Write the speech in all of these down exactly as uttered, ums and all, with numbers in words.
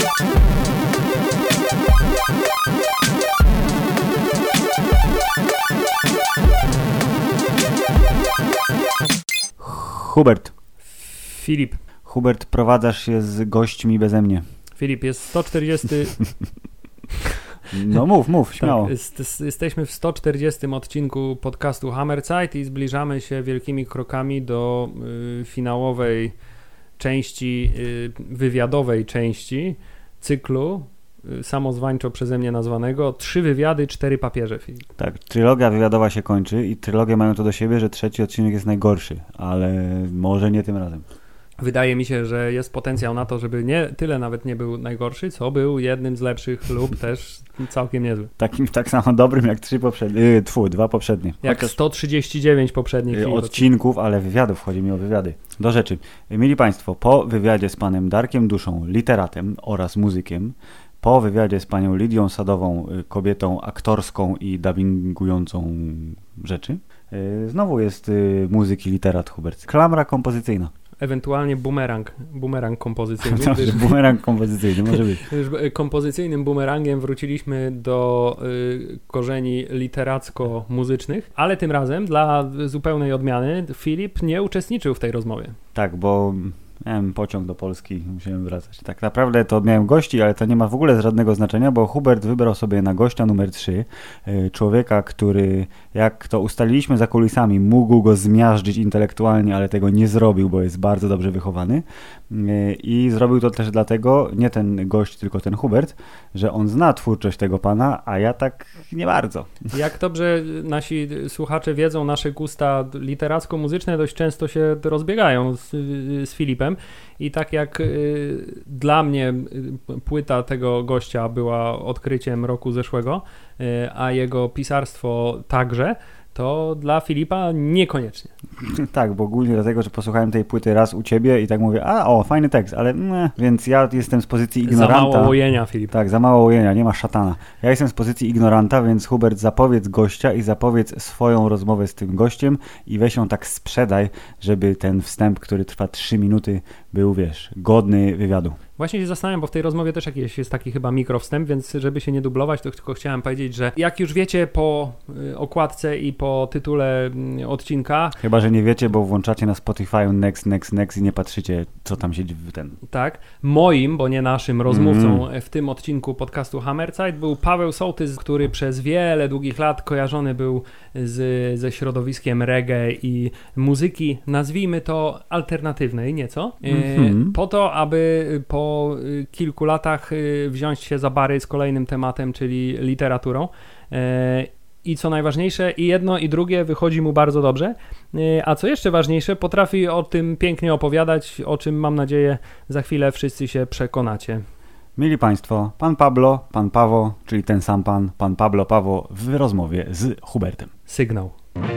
Hubert. Filip. Hubert, prowadzasz się z gośćmi beze mnie. Filip, jest sto czterdziesty... No mów, mów, śmiało. Tak, jest, jesteśmy w sto czterdziestym odcinku podcastu Hammerzeit i zbliżamy się wielkimi krokami do y, finałowej części, y, wywiadowej części cyklu y, samozwańczo przeze mnie nazwanego Trzy wywiady, cztery papieże, Filip. Tak, trylogia wywiadowa się kończy i trylogie mają to do siebie, że trzeci odcinek jest najgorszy, ale może nie tym razem. Wydaje mi się, że jest potencjał na to, żeby nie tyle nawet nie był najgorszy, co był jednym z lepszych lub też całkiem niezły. Takim tak samo dobrym jak trzy poprzednie, yy, tfu, dwa poprzednie. Jak Chociaż sto trzydzieści dziewięć poprzednich yy, odcinków, ale wywiadów, chodzi mi o wywiady. Do rzeczy. Mieli Państwo, po wywiadzie z panem Darkiem Duszą, literatem oraz muzykiem, po wywiadzie z panią Lidią Sadową, kobietą aktorską i dubbingującą rzeczy, yy, znowu jest yy, muzyk i literat Hubert. Klamra kompozycyjna. Ewentualnie bumerang, bumerang kompozycyjny. Dobrze, gdyż, bumerang kompozycyjny, może być. Kompozycyjnym bumerangiem wróciliśmy do y, korzeni literacko-muzycznych, ale tym razem dla zupełnej odmiany Filip nie uczestniczył w tej rozmowie. Tak, bo miałem pociąg do Polski, musiałem wracać. Tak naprawdę to miałem gości, ale to nie ma w ogóle żadnego znaczenia, bo Hubert wybrał sobie na gościa numer trzy y, człowieka, który, jak to ustaliliśmy za kulisami, mógł go zmiażdżyć intelektualnie, ale tego nie zrobił, bo jest bardzo dobrze wychowany. Y, I zrobił to też dlatego, nie ten gość, tylko ten Hubert, że on zna twórczość tego pana, a ja tak nie bardzo. Jak dobrze nasi słuchacze wiedzą, nasze gusta literacko-muzyczne dość często się rozbiegają z, z Filipem. I tak jak y, dla mnie y, płyta tego gościa była odkryciem roku zeszłego, y, a jego pisarstwo także, to dla Filipa niekoniecznie. Tak, bo głównie dlatego, że posłuchałem tej płyty raz u ciebie i tak mówię, a o, fajny tekst, ale nie, więc ja jestem z pozycji ignoranta. Za mało łojenia, Filip. Tak, za mało łojenia, nie ma szatana. Ja jestem z pozycji ignoranta, więc Hubert, zapowiedz gościa i zapowiedz swoją rozmowę z tym gościem i weź ją tak sprzedaj, żeby ten wstęp, który trwa trzy minuty, był, wiesz, godny wywiadu. Właśnie się zastanawiam, bo w tej rozmowie też jakiś jest taki chyba mikrowstęp, więc żeby się nie dublować, to tylko chciałem powiedzieć, że jak już wiecie po okładce i po tytule odcinka... Chyba, że nie wiecie, bo włączacie na Spotify next, next, next i nie patrzycie, co tam się w ten... Tak. Moim, bo nie naszym rozmówcą mm. w tym odcinku podcastu Hammerzeit był Paweł Sołtys, który przez wiele długich lat kojarzony był z, ze środowiskiem reggae i muzyki, nazwijmy to alternatywnej nieco, mm-hmm. po to, aby po po kilku latach wziąć się za bary z kolejnym tematem, czyli literaturą. I co najważniejsze, i jedno, i drugie wychodzi mu bardzo dobrze. A co jeszcze ważniejsze, potrafi o tym pięknie opowiadać, o czym mam nadzieję za chwilę wszyscy się przekonacie. Mili Państwo, pan Pablo, pan Paweł, czyli ten sam pan, pan Pablo Paweł w rozmowie z Hubertem. Sygnał.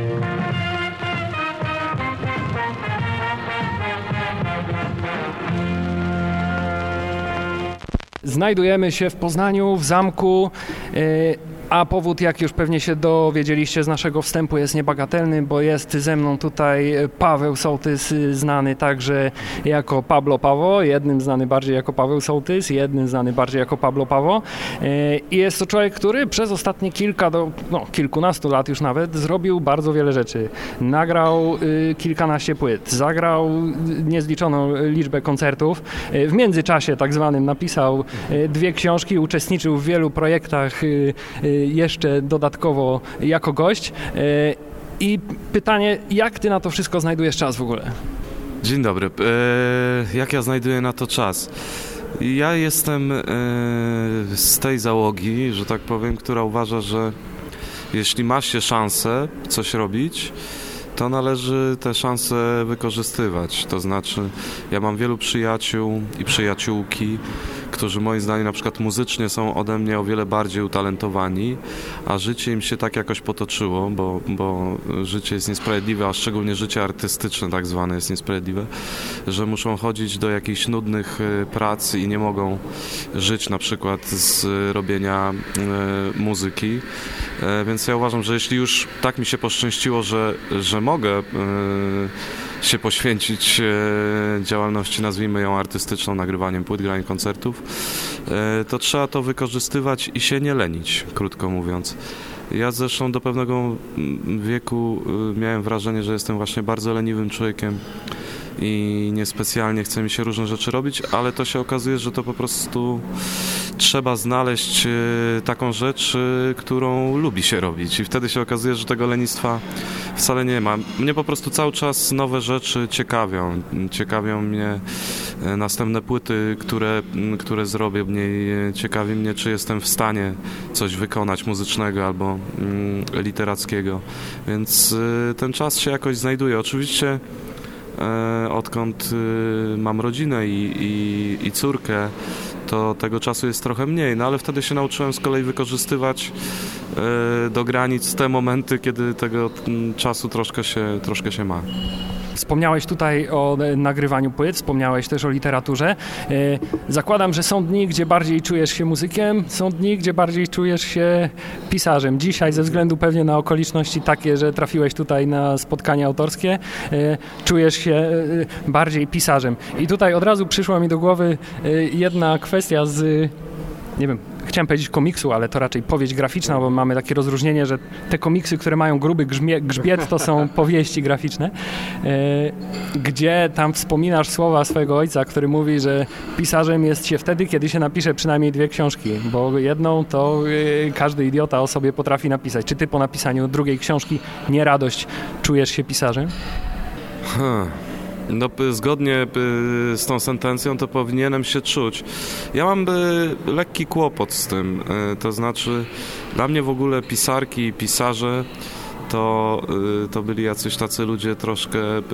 Znajdujemy się w Poznaniu, w zamku, yy, a powód, jak już pewnie się dowiedzieliście z naszego wstępu, jest niebagatelny, bo jest ze mną tutaj Paweł Sołtys, znany także jako Pablo Paweł, jednym znany bardziej jako Paweł Sołtys, jednym znany bardziej jako Pablo Paweł. Yy, I jest to człowiek, który przez ostatnie kilka do no, kilkunastu lat już nawet zrobił bardzo wiele rzeczy. Nagrał yy, kilkanaście płyt, zagrał niezliczoną liczbę koncertów. Yy, w międzyczasie tak zwanym napisał yy, dwie książki, uczestniczył w wielu projektach yy, yy, jeszcze dodatkowo jako gość. I pytanie, jak ty na to wszystko znajdujesz czas w ogóle? Dzień dobry. E, jak ja znajduję na to czas? Ja jestem e, z tej załogi, że tak powiem, która uważa, że jeśli ma się szansę coś robić, to należy te szanse wykorzystywać. To znaczy, ja mam wielu przyjaciół i przyjaciółki, którzy moim zdaniem na przykład muzycznie są ode mnie o wiele bardziej utalentowani, a życie im się tak jakoś potoczyło, bo, bo życie jest niesprawiedliwe, a szczególnie życie artystyczne tak zwane jest niesprawiedliwe, że muszą chodzić do jakichś nudnych prac i nie mogą żyć na przykład z robienia e, muzyki. E, więc ja uważam, że jeśli już tak mi się poszczęściło, że, że mogę e, się poświęcić e, działalności, nazwijmy ją artystyczną, nagrywaniem płyt, graniem koncertów, e, to trzeba to wykorzystywać i się nie lenić, krótko mówiąc. Ja zresztą do pewnego wieku miałem wrażenie, że jestem właśnie bardzo leniwym człowiekiem i niespecjalnie chce mi się różne rzeczy robić, ale to się okazuje, że to po prostu trzeba znaleźć taką rzecz, którą lubi się robić i wtedy się okazuje, że tego lenistwa wcale nie ma. Mnie po prostu cały czas nowe rzeczy ciekawią. Ciekawią mnie następne płyty, które, które zrobię. Ciekawi mnie, czy jestem w stanie coś wykonać muzycznego albo mm, literackiego. Więc y, ten czas się jakoś znajduje. Oczywiście y, odkąd y, mam rodzinę i, i, i córkę, to tego czasu jest trochę mniej, no ale wtedy się nauczyłem z kolei wykorzystywać y, do granic te momenty, kiedy tego y, czasu troszkę się, troszkę się ma. Wspomniałeś tutaj o nagrywaniu płyt, wspomniałeś też o literaturze. Zakładam, że są dni, gdzie bardziej czujesz się muzykiem, są dni, gdzie bardziej czujesz się pisarzem. Dzisiaj ze względu pewnie na okoliczności takie, że trafiłeś tutaj na spotkanie autorskie, czujesz się bardziej pisarzem. I tutaj od razu przyszła mi do głowy jedna kwestia z... nie wiem, chciałem powiedzieć komiksu, ale to raczej powieść graficzna, bo mamy takie rozróżnienie, że te komiksy, które mają gruby grzmie, grzbiet, to są powieści graficzne, e, gdzie tam wspominasz słowa swojego ojca, który mówi, że pisarzem jest się wtedy, kiedy się napisze przynajmniej dwie książki, bo jedną to e, każdy idiota o sobie potrafi napisać. Czy ty po napisaniu drugiej książki nie radość czujesz się pisarzem? Hmm. No, zgodnie z tą sentencją to powinienem się czuć. Ja mam lekki kłopot z tym, to znaczy dla mnie w ogóle pisarki i pisarze to, to byli jacyś tacy ludzie troszkę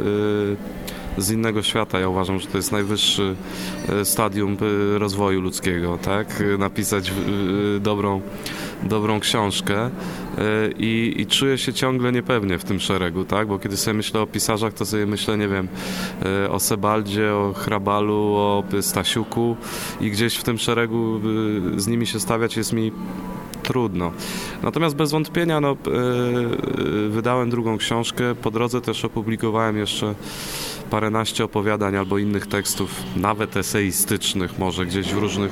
z innego świata. Ja uważam, że to jest najwyższy stadium rozwoju ludzkiego, tak? Napisać dobrą, dobrą książkę i, i czuję się ciągle niepewnie w tym szeregu, tak? Bo kiedy sobie myślę o pisarzach, to sobie myślę, nie wiem, o Sebaldzie, o Hrabalu, o Stasiuku i gdzieś w tym szeregu z nimi się stawiać jest mi trudno. Natomiast bez wątpienia no, yy, wydałem drugą książkę. Po drodze też opublikowałem jeszcze paręnaście opowiadań albo innych tekstów, nawet eseistycznych może gdzieś w różnych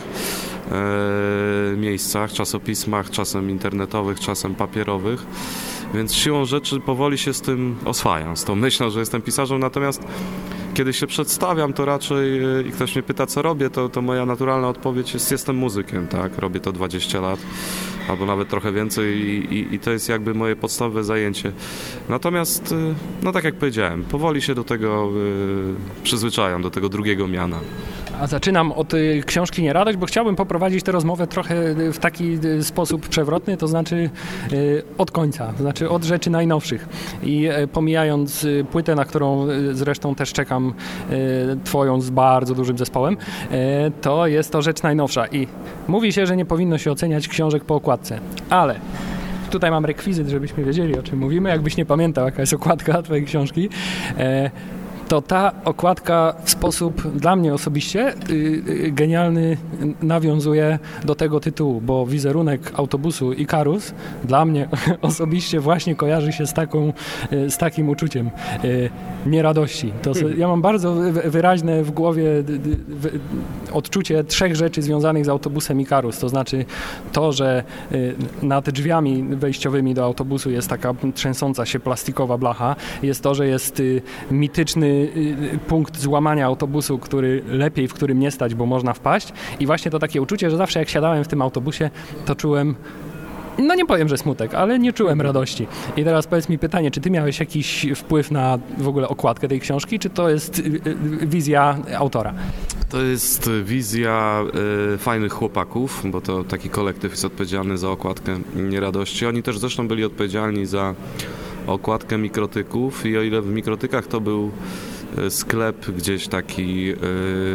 yy, miejscach, czasopismach, czasem internetowych, czasem papierowych. Więc siłą rzeczy powoli się z tym oswajam, z tą myślą, że jestem pisarzem. Natomiast kiedy się przedstawiam, to raczej i ktoś mnie pyta, co robię, to, to moja naturalna odpowiedź jest, jestem muzykiem, tak? Robię to dwadzieścia lat, albo nawet trochę więcej i, i, i to jest jakby moje podstawowe zajęcie. Natomiast, no tak jak powiedziałem, powoli się do tego y, przyzwyczajam, do tego drugiego miana. A zaczynam od y, książki Nie radość, bo chciałbym poprowadzić tę rozmowę trochę w taki y, sposób przewrotny, to znaczy y, od końca, to znaczy od rzeczy najnowszych. I y, pomijając y, płytę, na którą y, zresztą też czekam, y, twoją z bardzo dużym zespołem, y, to jest to rzecz najnowsza. I mówi się, że nie powinno się oceniać książek po okładce, ale tutaj mam rekwizyt, żebyśmy wiedzieli, o czym mówimy. Jakbyś nie pamiętał, jaka jest okładka twojej książki, y, to ta okładka w sposób dla mnie osobiście yy, genialny nawiązuje do tego tytułu, bo wizerunek autobusu Ikarus dla mnie osobiście właśnie kojarzy się z taką, yy, z takim uczuciem yy, nieradości. To, ja mam bardzo wyraźne w głowie yy, yy, odczucie trzech rzeczy związanych z autobusem Ikarus, to znaczy to, że yy, nad drzwiami wejściowymi do autobusu jest taka trzęsąca się plastikowa blacha, jest to, że jest yy, mityczny punkt złamania autobusu, który lepiej, w którym nie stać, bo można wpaść. I właśnie to takie uczucie, że zawsze jak siadałem w tym autobusie, to czułem, no nie powiem, że smutek, ale nie czułem radości. I teraz powiedz mi pytanie, czy ty miałeś jakiś wpływ na w ogóle okładkę tej książki, czy to jest wizja autora? To jest wizja y, fajnych chłopaków, bo to taki kolektyw jest odpowiedzialny za okładkę Nieradości. Oni też zresztą byli odpowiedzialni za okładkę Mikrotyków i o ile w Mikrotykach to był sklep gdzieś taki yy,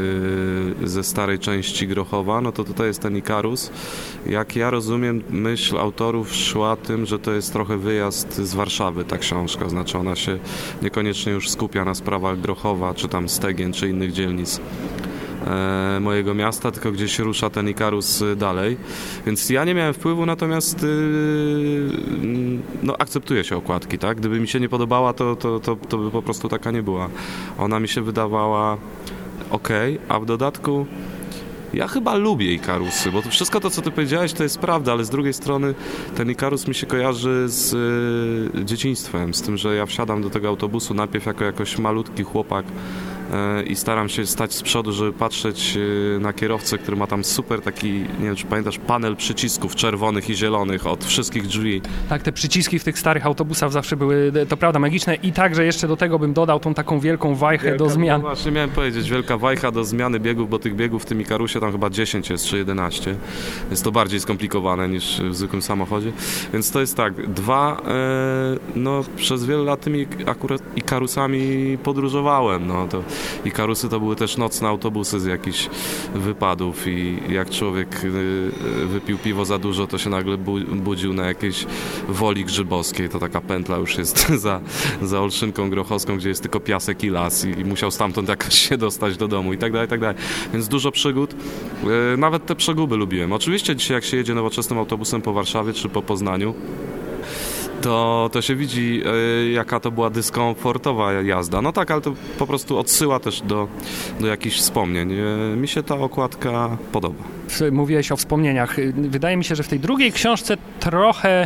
ze starej części Grochowa, no to tutaj jest ten Ikarus. Jak ja rozumiem, myśl autorów szła tym, że to jest trochę wyjazd z Warszawy ta książka, znaczy ona się niekoniecznie już skupia na sprawach Grochowa, czy tam Stegien, czy innych dzielnic e, mojego miasta, tylko gdzieś rusza ten Ikarus dalej. Więc ja nie miałem wpływu, natomiast y, no, akceptuję się okładki, tak? Gdyby mi się nie podobała, to, to, to, to by po prostu taka nie była. Ona mi się wydawała okej, okay, a w dodatku ja chyba lubię Ikarusy, bo to wszystko to, co ty powiedziałeś, to jest prawda, ale z drugiej strony ten Ikarus mi się kojarzy z y, dzieciństwem, z tym, że ja wsiadam do tego autobusu najpierw jako jakoś malutki chłopak y, i staram się stać z przodu, żeby patrzeć y, na kierowcę, który ma tam super taki, nie wiem, czy pamiętasz, panel przycisków czerwonych i zielonych od wszystkich drzwi. Tak, te przyciski w tych starych autobusach zawsze były, to prawda, magiczne i także jeszcze do tego bym dodał tą taką wielką wajchę wielka, do zmian. No właśnie miałem powiedzieć, wielka wajcha do zmiany biegów, bo tych biegów w tym Ikarusie tam chyba dziesięć jest, czy jedenaście. Jest to bardziej skomplikowane niż w zwykłym samochodzie. Więc to jest tak, dwa, e, no przez wiele lat tymi akurat Ikarusami podróżowałem, no to Ikarusy to były też nocne autobusy z jakichś wypadów i jak człowiek y, wypił piwo za dużo, to się nagle bu, budził na jakiejś Woli Grzybowskiej, to taka pętla już jest za, za Olszynką Grochowską, gdzie jest tylko piasek i las i, i musiał stamtąd jakoś się dostać do domu i tak dalej, i tak dalej. Więc dużo przygód. Nawet te przeguby lubiłem. Oczywiście dzisiaj jak się jedzie nowoczesnym autobusem po Warszawie czy po Poznaniu, to, to się widzi, jaka to była dyskomfortowa jazda. No tak, ale to po prostu odsyła też do, do jakichś wspomnień. Mi się ta okładka podoba. Mówiłeś o wspomnieniach. Wydaje mi się, że w tej drugiej książce trochę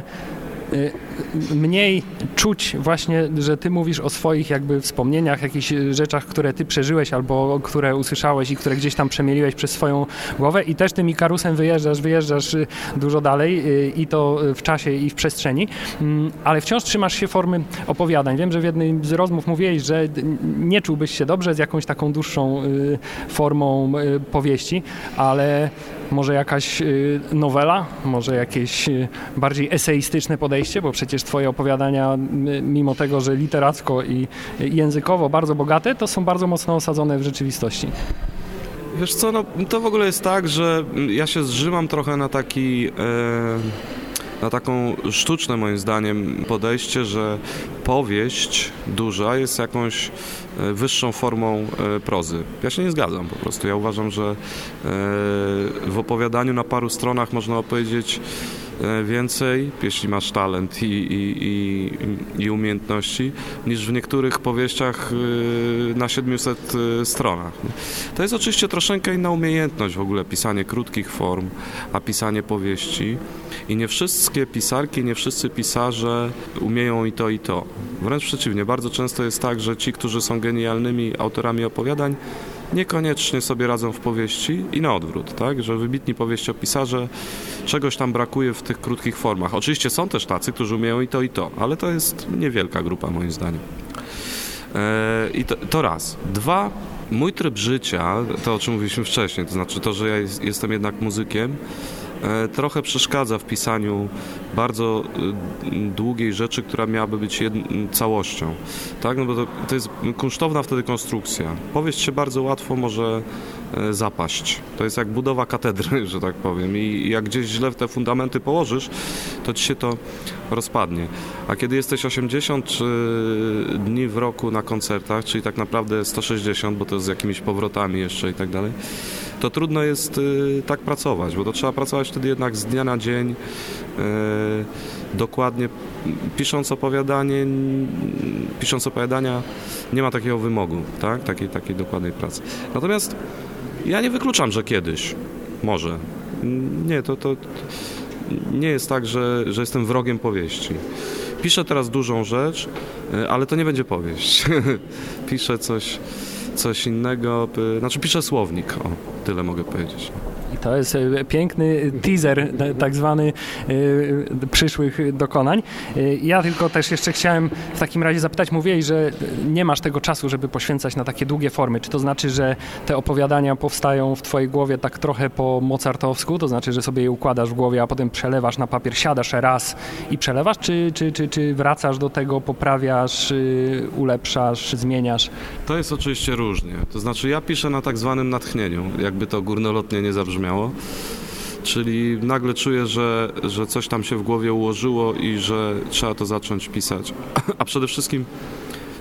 mniej czuć właśnie, że ty mówisz o swoich jakby wspomnieniach, jakichś rzeczach, które ty przeżyłeś albo które usłyszałeś i które gdzieś tam przemieliłeś przez swoją głowę i też tym Ikarusem wyjeżdżasz, wyjeżdżasz dużo dalej i to w czasie i w przestrzeni, ale wciąż trzymasz się formy opowiadań. Wiem, że w jednej z rozmów mówiłeś, że nie czułbyś się dobrze z jakąś taką dłuższą formą powieści, ale może jakaś nowela, może jakieś bardziej eseistyczne podejście, bo przecież twoje opowiadania, mimo tego, że literacko i językowo bardzo bogate, to są bardzo mocno osadzone w rzeczywistości. Wiesz co, no to w ogóle jest tak, że ja się zżymam trochę na taki... E... na taką sztuczne, moim zdaniem, podejście, że powieść duża jest jakąś wyższą formą prozy. Ja się nie zgadzam po prostu. Ja uważam, że w opowiadaniu na paru stronach można opowiedzieć więcej, jeśli masz talent i, i, i, i umiejętności, niż w niektórych powieściach na siedmiuset stronach. To jest oczywiście troszeczkę inna umiejętność w ogóle, pisanie krótkich form, a pisanie powieści. I nie wszystkie pisarki, nie wszyscy pisarze umieją i to, i to. Wręcz przeciwnie, bardzo często jest tak, że ci, którzy są genialnymi autorami opowiadań, niekoniecznie sobie radzą w powieści i na odwrót, tak? Że wybitni powieściopisarze, czegoś tam brakuje w tych krótkich formach. Oczywiście są też tacy, którzy umieją i to, i to, ale to jest niewielka grupa moim zdaniem. Eee, I to, to raz. Dwa, mój tryb życia, to o czym mówiliśmy wcześniej, to znaczy to, że ja jest, jestem jednak muzykiem, trochę przeszkadza w pisaniu bardzo długiej rzeczy, która miałaby być jedn- całością. Tak? No bo to, to jest kunsztowna wtedy konstrukcja. Powieść się bardzo łatwo może zapaść. To jest jak budowa katedry, że tak powiem. I jak gdzieś źle w te fundamenty położysz, to ci się to rozpadnie. A kiedy jesteś osiemdziesiąt dni w roku na koncertach, czyli tak naprawdę sto sześćdziesiąt, bo to z jakimiś powrotami jeszcze i tak dalej, to trudno jest y, tak pracować, bo to trzeba pracować wtedy jednak z dnia na dzień, y, dokładnie. Pisząc opowiadanie, pisząc opowiadania nie ma takiego wymogu, tak? takiej, takiej dokładnej pracy. Natomiast ja nie wykluczam, że kiedyś, może. Nie, to, to nie jest tak, że, że jestem wrogiem powieści. Piszę teraz dużą rzecz, ale to nie będzie powieść. Piszę coś... coś innego, znaczy piszę słownik, o, tyle mogę powiedzieć. I to jest piękny teaser, tak zwany y, przyszłych dokonań. Y, ja tylko też jeszcze chciałem w takim razie zapytać, mówiłeś, że nie masz tego czasu, żeby poświęcać na takie długie formy. Czy to znaczy, że te opowiadania powstają w twojej głowie tak trochę po mozartowsku, to znaczy, że sobie je układasz w głowie, a potem przelewasz na papier, siadasz raz i przelewasz, czy, czy, czy, czy wracasz do tego, poprawiasz, y, ulepszasz, zmieniasz? To jest oczywiście różnie. To znaczy ja piszę na tak zwanym natchnieniu, jakby to górnolotnie nie zabrzmiało. Czyli nagle czuję, że, że coś tam się w głowie ułożyło i że trzeba to zacząć pisać. A przede wszystkim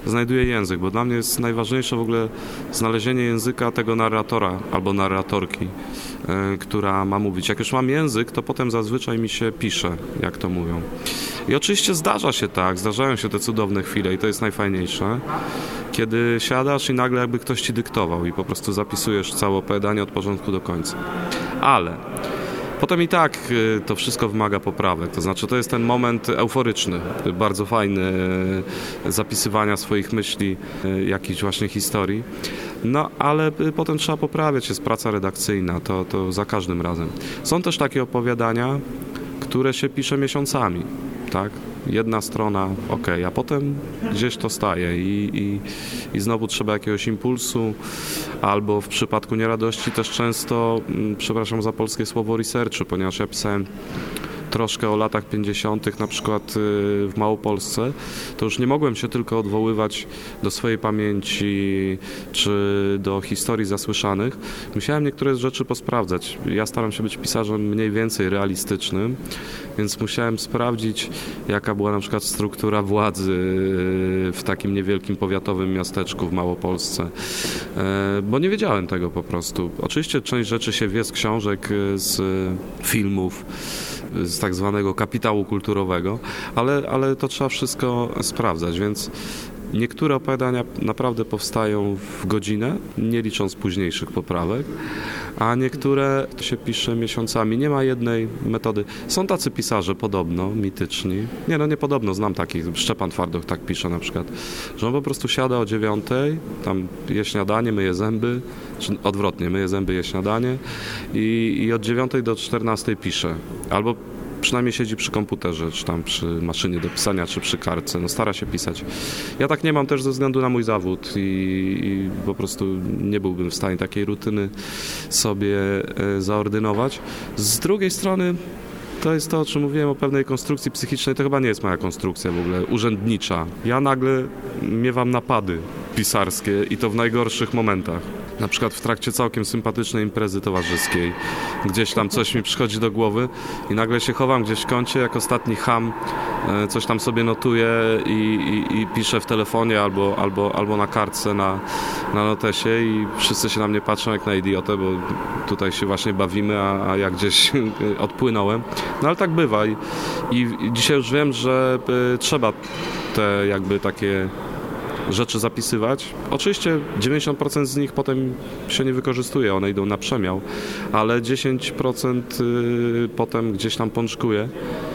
znajduję język, bo dla mnie jest najważniejsze w ogóle znalezienie języka tego narratora albo narratorki, yy, która ma mówić. Jak już mam język, to potem zazwyczaj mi się pisze, jak to mówią. I oczywiście zdarza się tak, zdarzają się te cudowne chwile i to jest najfajniejsze, kiedy siadasz i nagle jakby ktoś ci dyktował i po prostu zapisujesz całe opowiadanie od początku do końca. Ale potem i tak to wszystko wymaga poprawek, to znaczy to jest ten moment euforyczny, bardzo fajny, zapisywania swoich myśli, jakichś właśnie historii, no ale potem trzeba poprawiać, jest praca redakcyjna, to, to za każdym razem. Są też takie opowiadania, które się pisze miesiącami, tak? Jedna strona, ok, a potem gdzieś to staje i, i, i znowu trzeba jakiegoś impulsu, albo w przypadku Nieradości też często, przepraszam za polskie słowo, researchu, ponieważ ja pisałem troszkę o latach pięćdziesiątych, na przykład w Małopolsce, to już nie mogłem się tylko odwoływać do swojej pamięci czy do historii zasłyszanych. Musiałem niektóre rzeczy posprawdzać. Ja staram się być pisarzem mniej więcej realistycznym, więc musiałem sprawdzić, jaka była na przykład struktura władzy w takim niewielkim powiatowym miasteczku w Małopolsce, bo nie wiedziałem tego po prostu. Oczywiście część rzeczy się wie z książek, z filmów, z tak zwanego kapitału kulturowego, ale, ale to trzeba wszystko sprawdzać, więc niektóre opowiadania naprawdę powstają w godzinę, nie licząc późniejszych poprawek, a niektóre się pisze miesiącami. Nie ma jednej metody. Są tacy pisarze podobno, mityczni. Nie, no nie podobno, znam takich. Szczepan Twardoch tak pisze na przykład, że on po prostu siada o dziewiątej, tam je śniadanie, myje zęby, czy odwrotnie, myje zęby, je śniadanie i, i od dziewiątej do czternastej pisze. Albo przynajmniej siedzi przy komputerze, czy tam przy maszynie do pisania, czy przy kartce, no stara się pisać. Ja tak nie mam też ze względu na mój zawód i, i po prostu nie byłbym w stanie takiej rutyny sobie e, zaordynować. Z drugiej strony to jest to, o czym mówiłem, o pewnej konstrukcji psychicznej, to chyba nie jest moja konstrukcja w ogóle, urzędnicza. Ja nagle miewam napady pisarskie i to w najgorszych momentach. Na przykład w trakcie całkiem sympatycznej imprezy towarzyskiej. Gdzieś tam coś mi przychodzi do głowy i nagle się chowam gdzieś w kącie, jak ostatni cham, coś tam sobie notuję i, i, i piszę w telefonie albo, albo, albo na kartce, na, na notesie i wszyscy się na mnie patrzą jak na idiotę, bo tutaj się właśnie bawimy, a, a ja gdzieś odpłynąłem. No ale tak bywa i, i dzisiaj już wiem, że y, trzeba te jakby takie rzeczy zapisywać. Oczywiście dziewięćdziesiąt procent z nich potem się nie wykorzystuje, one idą na przemiał, ale dziesięć procent y, potem gdzieś tam pączkuje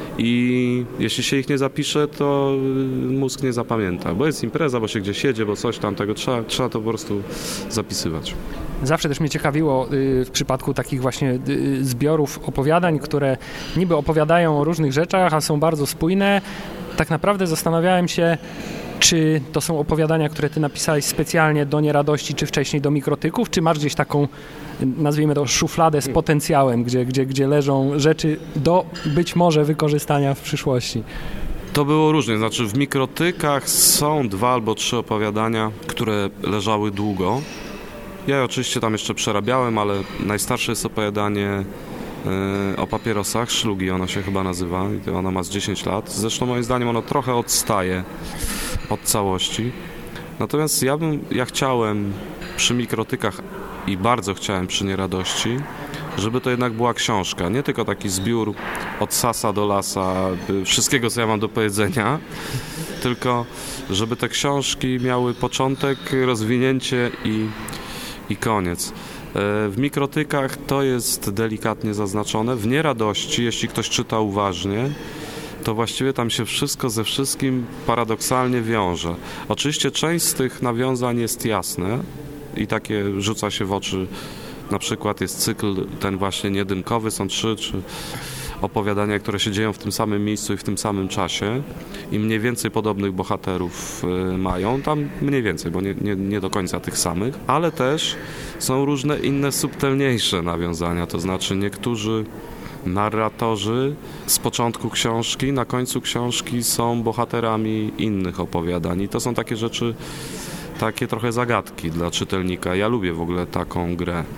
i jeśli się ich nie zapisze, to mózg nie zapamięta, bo jest impreza, bo się gdzieś jedzie, bo coś tam, tego trzeba, trzeba to po prostu zapisywać. Zawsze też mnie ciekawiło y, w przypadku takich właśnie y, zbiorów opowiadań, które niby opowiadają o różnych rzeczach, a są bardzo spójne. Tak naprawdę zastanawiałem się, czy to są opowiadania, które ty napisałeś specjalnie do Nieradości, czy wcześniej do Mikrotyków, czy masz gdzieś taką, nazwijmy to, szufladę z potencjałem, gdzie, gdzie, gdzie leżą rzeczy do być może wykorzystania w przyszłości? To było różnie, znaczy w Mikrotykach są dwa albo trzy opowiadania, które leżały długo. Ja je oczywiście tam jeszcze przerabiałem, ale najstarsze jest opowiadanie yy, o papierosach, Szlugi ono się chyba nazywa, i ono ma z dziesięć lat. Zresztą moim zdaniem ono trochę odstaje od całości. Natomiast ja bym, ja chciałem przy Mikrotykach i bardzo chciałem przy Nieradości, żeby to jednak była książka, nie tylko taki zbiór od sasa do lasa, wszystkiego, co ja mam do powiedzenia, tylko żeby te książki miały początek, rozwinięcie i, i koniec. W Mikrotykach to jest delikatnie zaznaczone. W Nieradości, jeśli ktoś czyta uważnie, to właściwie tam się wszystko ze wszystkim paradoksalnie wiąże. Oczywiście część z tych nawiązań jest jasne i takie rzuca się w oczy. Na przykład jest cykl ten właśnie niedymkowy, są trzy czy opowiadania, które się dzieją w tym samym miejscu i w tym samym czasie i mniej więcej podobnych bohaterów y, mają, tam mniej więcej, bo nie, nie, nie do końca tych samych, ale też są różne inne subtelniejsze nawiązania, to znaczy niektórzy narratorzy z początku książki, na końcu książki są bohaterami innych opowiadań i to są takie rzeczy, takie trochę zagadki dla czytelnika. Ja lubię w ogóle taką grę.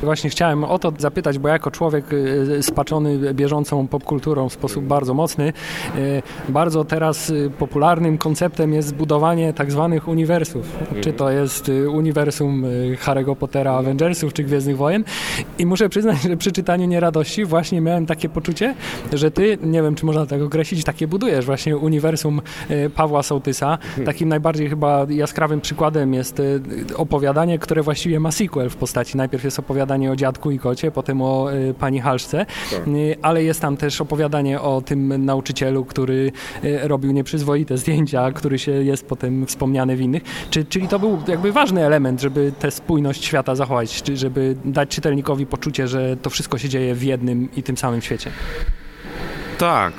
Właśnie chciałem o to zapytać, bo jako człowiek spaczony bieżącą popkulturą w sposób bardzo mocny, bardzo teraz popularnym konceptem jest zbudowanie tak zwanych uniwersów. Czy to jest uniwersum Harry'ego Pottera, Avengersów, czy Gwiezdnych Wojen. I muszę przyznać, że przy czytaniu Nieradości właśnie miałem takie poczucie, że ty, nie wiem, czy można tak określić, takie budujesz właśnie uniwersum Pawła Sołtysa. Takim najbardziej chyba jaskrawym przykładem jest opowiadanie, które właściwie ma sequel w postaci. Najpierw jest opowiadanie o dziadku i kocie, potem o y, pani Halszce, tak. y, ale jest tam też opowiadanie o tym nauczycielu, który y, robił nieprzyzwoite zdjęcia, który się jest potem wspomniany w innych. Czy, czyli to był jakby ważny element, żeby tę spójność świata zachować, czy żeby dać czytelnikowi poczucie, że to wszystko się dzieje w jednym i tym samym świecie. Tak.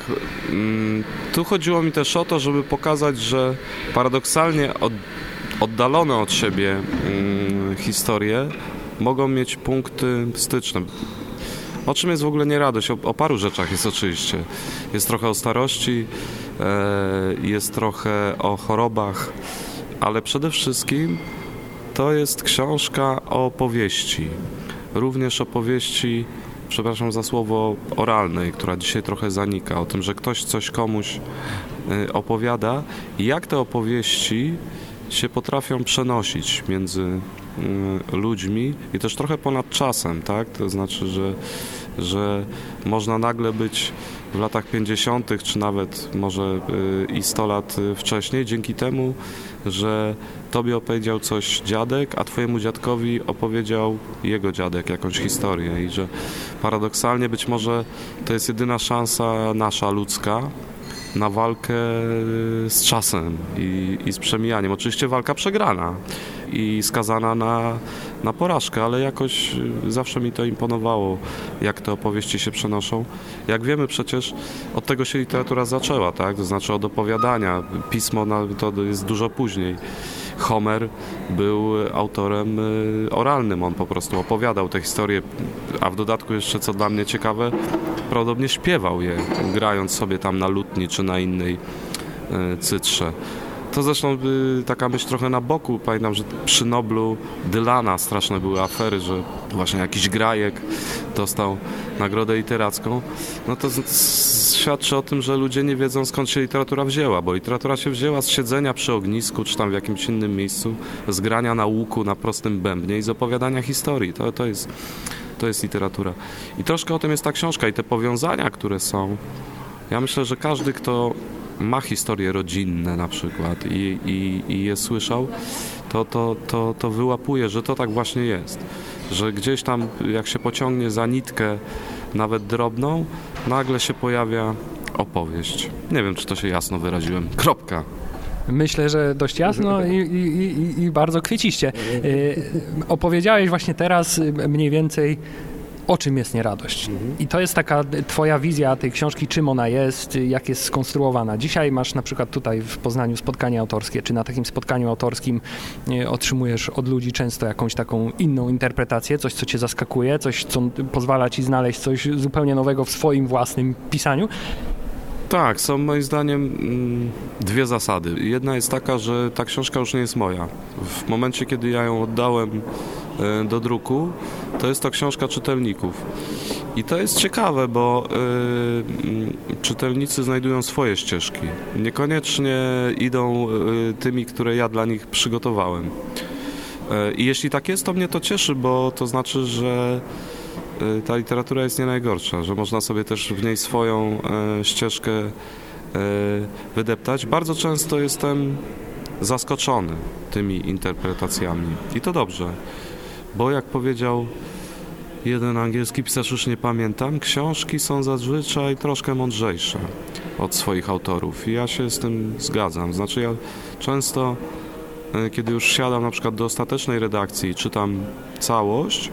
Tu chodziło mi też o to, żeby pokazać, że paradoksalnie od, oddalone od siebie hmm, historie mogą mieć punkty styczne. O czym jest w ogóle Nieradość? O, o paru rzeczach jest oczywiście. Jest trochę o starości, e, jest trochę o chorobach, ale przede wszystkim to jest książka o opowieści. Również opowieści, przepraszam za słowo, oralnej, która dzisiaj trochę zanika. O tym, że ktoś coś komuś e, opowiada i jak te opowieści się potrafią przenosić między y, ludźmi i też trochę ponad czasem, tak? To znaczy, że, że można nagle być w latach pięćdziesiątych czy nawet może y, i sto lat wcześniej dzięki temu, że tobie opowiedział coś dziadek, a twojemu dziadkowi opowiedział jego dziadek jakąś historię i że paradoksalnie być może to jest jedyna szansa nasza ludzka na walkę z czasem i, i z przemijaniem. Oczywiście walka przegrana i skazana na, na porażkę, ale jakoś zawsze mi to imponowało, jak te opowieści się przenoszą. Jak wiemy przecież, od tego się literatura zaczęła, tak? To znaczy od opowiadania. Pismo na, to jest dużo później. Homer był autorem oralnym, on po prostu opowiadał te historie, a w dodatku jeszcze, co dla mnie ciekawe, prawdopodobnie śpiewał je, grając sobie tam na lutni czy na innej cytrze. To zresztą taka myśl trochę na boku. Pamiętam, że przy Noblu Dylana straszne były afery, że właśnie jakiś grajek dostał nagrodę literacką. No to z- z- świadczy o tym, że ludzie nie wiedzą, skąd się literatura wzięła, bo literatura się wzięła z siedzenia przy ognisku, czy tam w jakimś innym miejscu, z grania na łuku, na prostym bębnie i z opowiadania historii. To, to jest, to jest literatura. I troszkę o tym jest ta książka i te powiązania, które są. Ja myślę, że każdy, kto ma historie rodzinne na przykład i, i, i je słyszał, to, to, to, to wyłapuje, że to tak właśnie jest. Że gdzieś tam, jak się pociągnie za nitkę, nawet drobną, nagle się pojawia opowieść. Nie wiem, czy to się jasno wyraziłem. Kropka. Myślę, że dość jasno i, i, i, i bardzo kwieciście. Yy, opowiedziałeś właśnie teraz mniej więcej, o czym jest Nieradość. I to jest taka twoja wizja tej książki, czym ona jest, jak jest skonstruowana. Dzisiaj masz na przykład tutaj w Poznaniu spotkanie autorskie, czy na takim spotkaniu autorskim e, otrzymujesz od ludzi często jakąś taką inną interpretację, coś, co cię zaskakuje, coś, co pozwala ci znaleźć coś zupełnie nowego w swoim własnym pisaniu. Tak, są moim zdaniem dwie zasady. Jedna jest taka, że ta książka już nie jest moja. W momencie, kiedy ja ją oddałem do druku, to jest to książka czytelników. I to jest ciekawe, bo y, czytelnicy znajdują swoje ścieżki. Niekoniecznie idą y, tymi, które ja dla nich przygotowałem. Y, I jeśli tak jest, to mnie to cieszy, bo to znaczy, że y, ta literatura jest nie najgorsza, że można sobie też w niej swoją y, ścieżkę y, wydeptać. Bardzo często jestem zaskoczony tymi interpretacjami. I to dobrze. Bo jak powiedział jeden angielski pisarz, już nie pamiętam, książki są zazwyczaj troszkę mądrzejsze od swoich autorów i ja się z tym zgadzam. Znaczy ja często, kiedy już siadam na przykład do ostatecznej redakcji i czytam całość,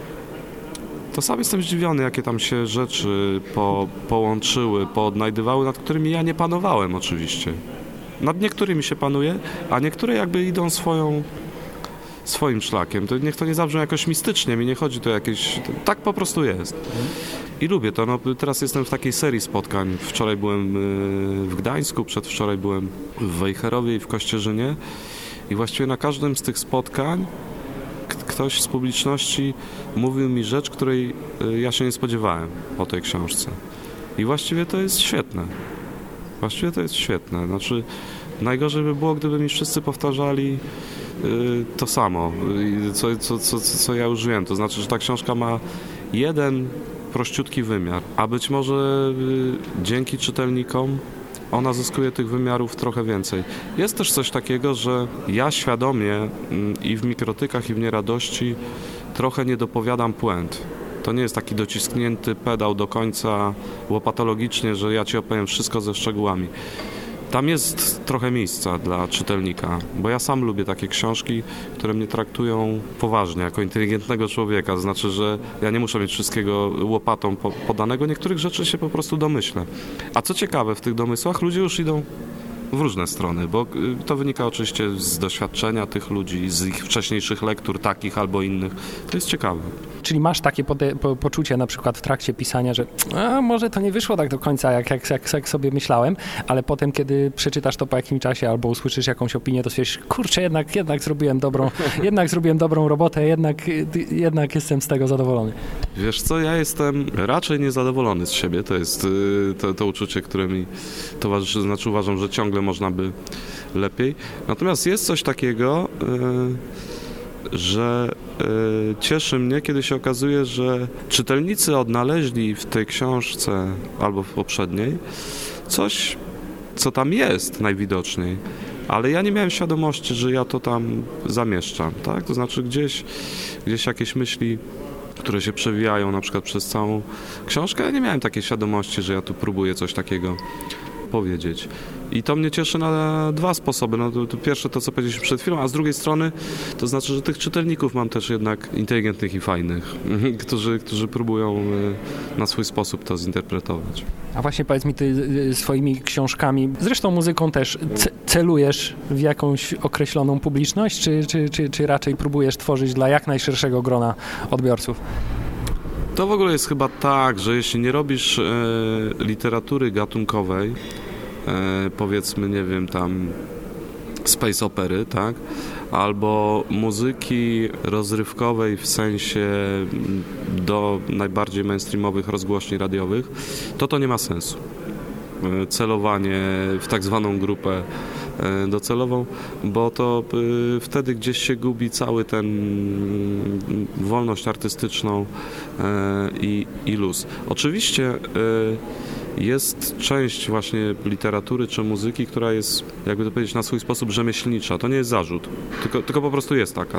to sam jestem zdziwiony, jakie tam się rzeczy po, połączyły, poodnajdywały, nad którymi ja nie panowałem oczywiście. Nad niektórymi się panuje, a niektóre jakby idą swoją swoim szlakiem. To niech to nie zabrzmi jakoś mistycznie, mi nie chodzi to jakieś... Tak po prostu jest. I lubię to. No, teraz jestem w takiej serii spotkań. Wczoraj byłem w Gdańsku, przedwczoraj byłem w Wejherowie i w Kościerzynie i właściwie na każdym z tych spotkań ktoś z publiczności mówił mi rzecz, której ja się nie spodziewałem po tej książce. I właściwie to jest świetne. Właściwie to jest świetne. Znaczy, najgorzej by było, gdyby mi wszyscy powtarzali y, to samo, y, co, co, co, co ja już wiem. To znaczy, że ta książka ma jeden prościutki wymiar, a być może y, dzięki czytelnikom ona zyskuje tych wymiarów trochę więcej. Jest też coś takiego, że ja świadomie y, i w mikrotykach, i w nieradości trochę nie dopowiadam puent. To nie jest taki docisknięty pedał do końca łopatologicznie, że ja ci opowiem wszystko ze szczegółami. Tam jest trochę miejsca dla czytelnika, bo ja sam lubię takie książki, które mnie traktują poważnie, jako inteligentnego człowieka. To znaczy, że ja nie muszę mieć wszystkiego łopatą podanego, niektórych rzeczy się po prostu domyślę. A co ciekawe, w tych domysłach ludzie już idą w różne strony, bo to wynika oczywiście z doświadczenia tych ludzi, z ich wcześniejszych lektur, takich albo innych. To jest ciekawe. Czyli masz takie pode- po- poczucie na przykład w trakcie pisania, że a, może to nie wyszło tak do końca, jak, jak, jak, jak sobie myślałem, ale potem, kiedy przeczytasz to po jakimś czasie albo usłyszysz jakąś opinię, to stwierdzisz, kurczę, jednak, jednak zrobiłem dobrą, jednak zrobiłem dobrą robotę, jednak, jednak jestem z tego zadowolony. Wiesz co, ja jestem raczej niezadowolony z siebie, to jest to, to uczucie, które mi towarzyszy, znaczy uważam, że ciągle można by lepiej. Natomiast jest coś takiego, yy, że yy, cieszy mnie, kiedy się okazuje, że czytelnicy odnaleźli w tej książce albo w poprzedniej coś, co tam jest najwidoczniej, ale ja nie miałem świadomości, że ja to tam zamieszczam, tak? To znaczy gdzieś, gdzieś jakieś myśli, które się przewijają na przykład przez całą książkę, ja nie miałem takiej świadomości, że ja tu próbuję coś takiego powiedzieć. I to mnie cieszy na dwa sposoby. No, to, to pierwsze to, co powiedzieliśmy przed chwilą, a z drugiej strony to znaczy, że tych czytelników mam też jednak inteligentnych i fajnych, którzy, którzy próbują na swój sposób to zinterpretować. A właśnie powiedz mi, ty swoimi książkami, zresztą muzyką też, ce- celujesz w jakąś określoną publiczność, czy, czy, czy, czy raczej próbujesz tworzyć dla jak najszerszego grona odbiorców? To w ogóle jest chyba tak, że jeśli nie robisz e, literatury gatunkowej, e, powiedzmy, nie wiem, tam space opery, tak, albo muzyki rozrywkowej w sensie do najbardziej mainstreamowych rozgłośni radiowych, to to nie ma sensu. E, celowanie w tak zwaną grupę docelową, bo to y, wtedy gdzieś się gubi cały ten y, wolność artystyczną y, i, i luz. Oczywiście y, jest część właśnie literatury czy muzyki, która jest, jakby to powiedzieć, na swój sposób rzemieślnicza. To nie jest zarzut, tylko, tylko po prostu jest taka.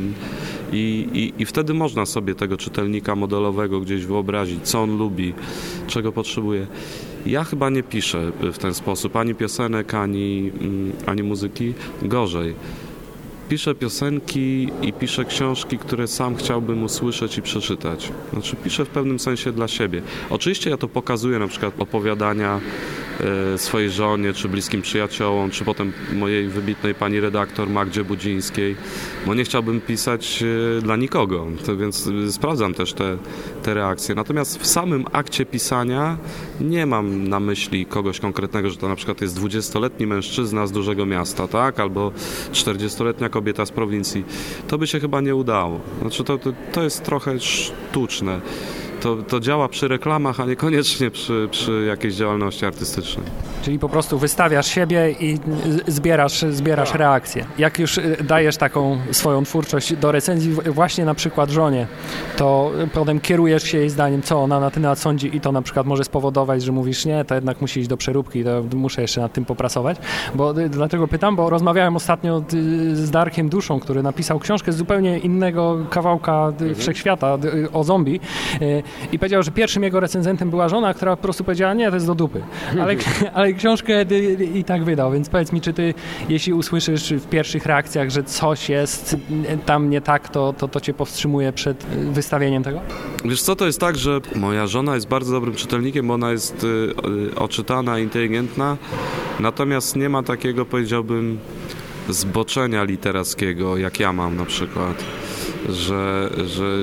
I, i, I wtedy można sobie tego czytelnika modelowego gdzieś wyobrazić, co on lubi, czego potrzebuje. Ja chyba nie piszę w ten sposób, ani piosenek, ani, ani muzyki. Gorzej. Piszę piosenki i piszę książki, które sam chciałbym usłyszeć i przeczytać. Znaczy piszę w pewnym sensie dla siebie. Oczywiście ja to pokazuję, na przykład opowiadania e, swojej żonie, czy bliskim przyjaciołom, czy potem mojej wybitnej pani redaktor Magdzie Budzińskiej, bo nie chciałbym pisać e, dla nikogo, to więc sprawdzam też te, te reakcje. Natomiast w samym akcie pisania nie mam na myśli kogoś konkretnego, że to na przykład jest dwudziestoletni mężczyzna z dużego miasta, tak? Albo czterdziestoletnia kobieta z prowincji. To by się chyba nie udało. Znaczy to, to, to jest trochę sztuczne. To, to działa przy reklamach, a niekoniecznie przy, przy jakiejś działalności artystycznej. Czyli po prostu wystawiasz siebie i zbierasz, zbierasz reakcje. Jak już dajesz taką swoją twórczość do recenzji właśnie na przykład żonie, to potem kierujesz się jej zdaniem, co ona na ten sądzi i to na przykład może spowodować, że mówisz, nie, to jednak musi iść do przeróbki, to muszę jeszcze nad tym popracować. Bo dlatego pytam, bo rozmawiałem ostatnio z Darkiem Duszą, który napisał książkę z zupełnie innego kawałka mhm. wszechświata o zombie. I powiedział, że pierwszym jego recenzentem była żona, która po prostu powiedziała, nie, to jest do dupy. Ale, ale książkę i tak wydał, więc powiedz mi, czy ty, jeśli usłyszysz w pierwszych reakcjach, że coś jest tam nie tak, to, to, to cię powstrzymuje przed wystawieniem tego? Wiesz co, to jest tak, że moja żona jest bardzo dobrym czytelnikiem, bo ona jest y, oczytana, inteligentna, natomiast nie ma takiego, powiedziałbym, zboczenia literackiego, jak ja mam na przykład. Że, że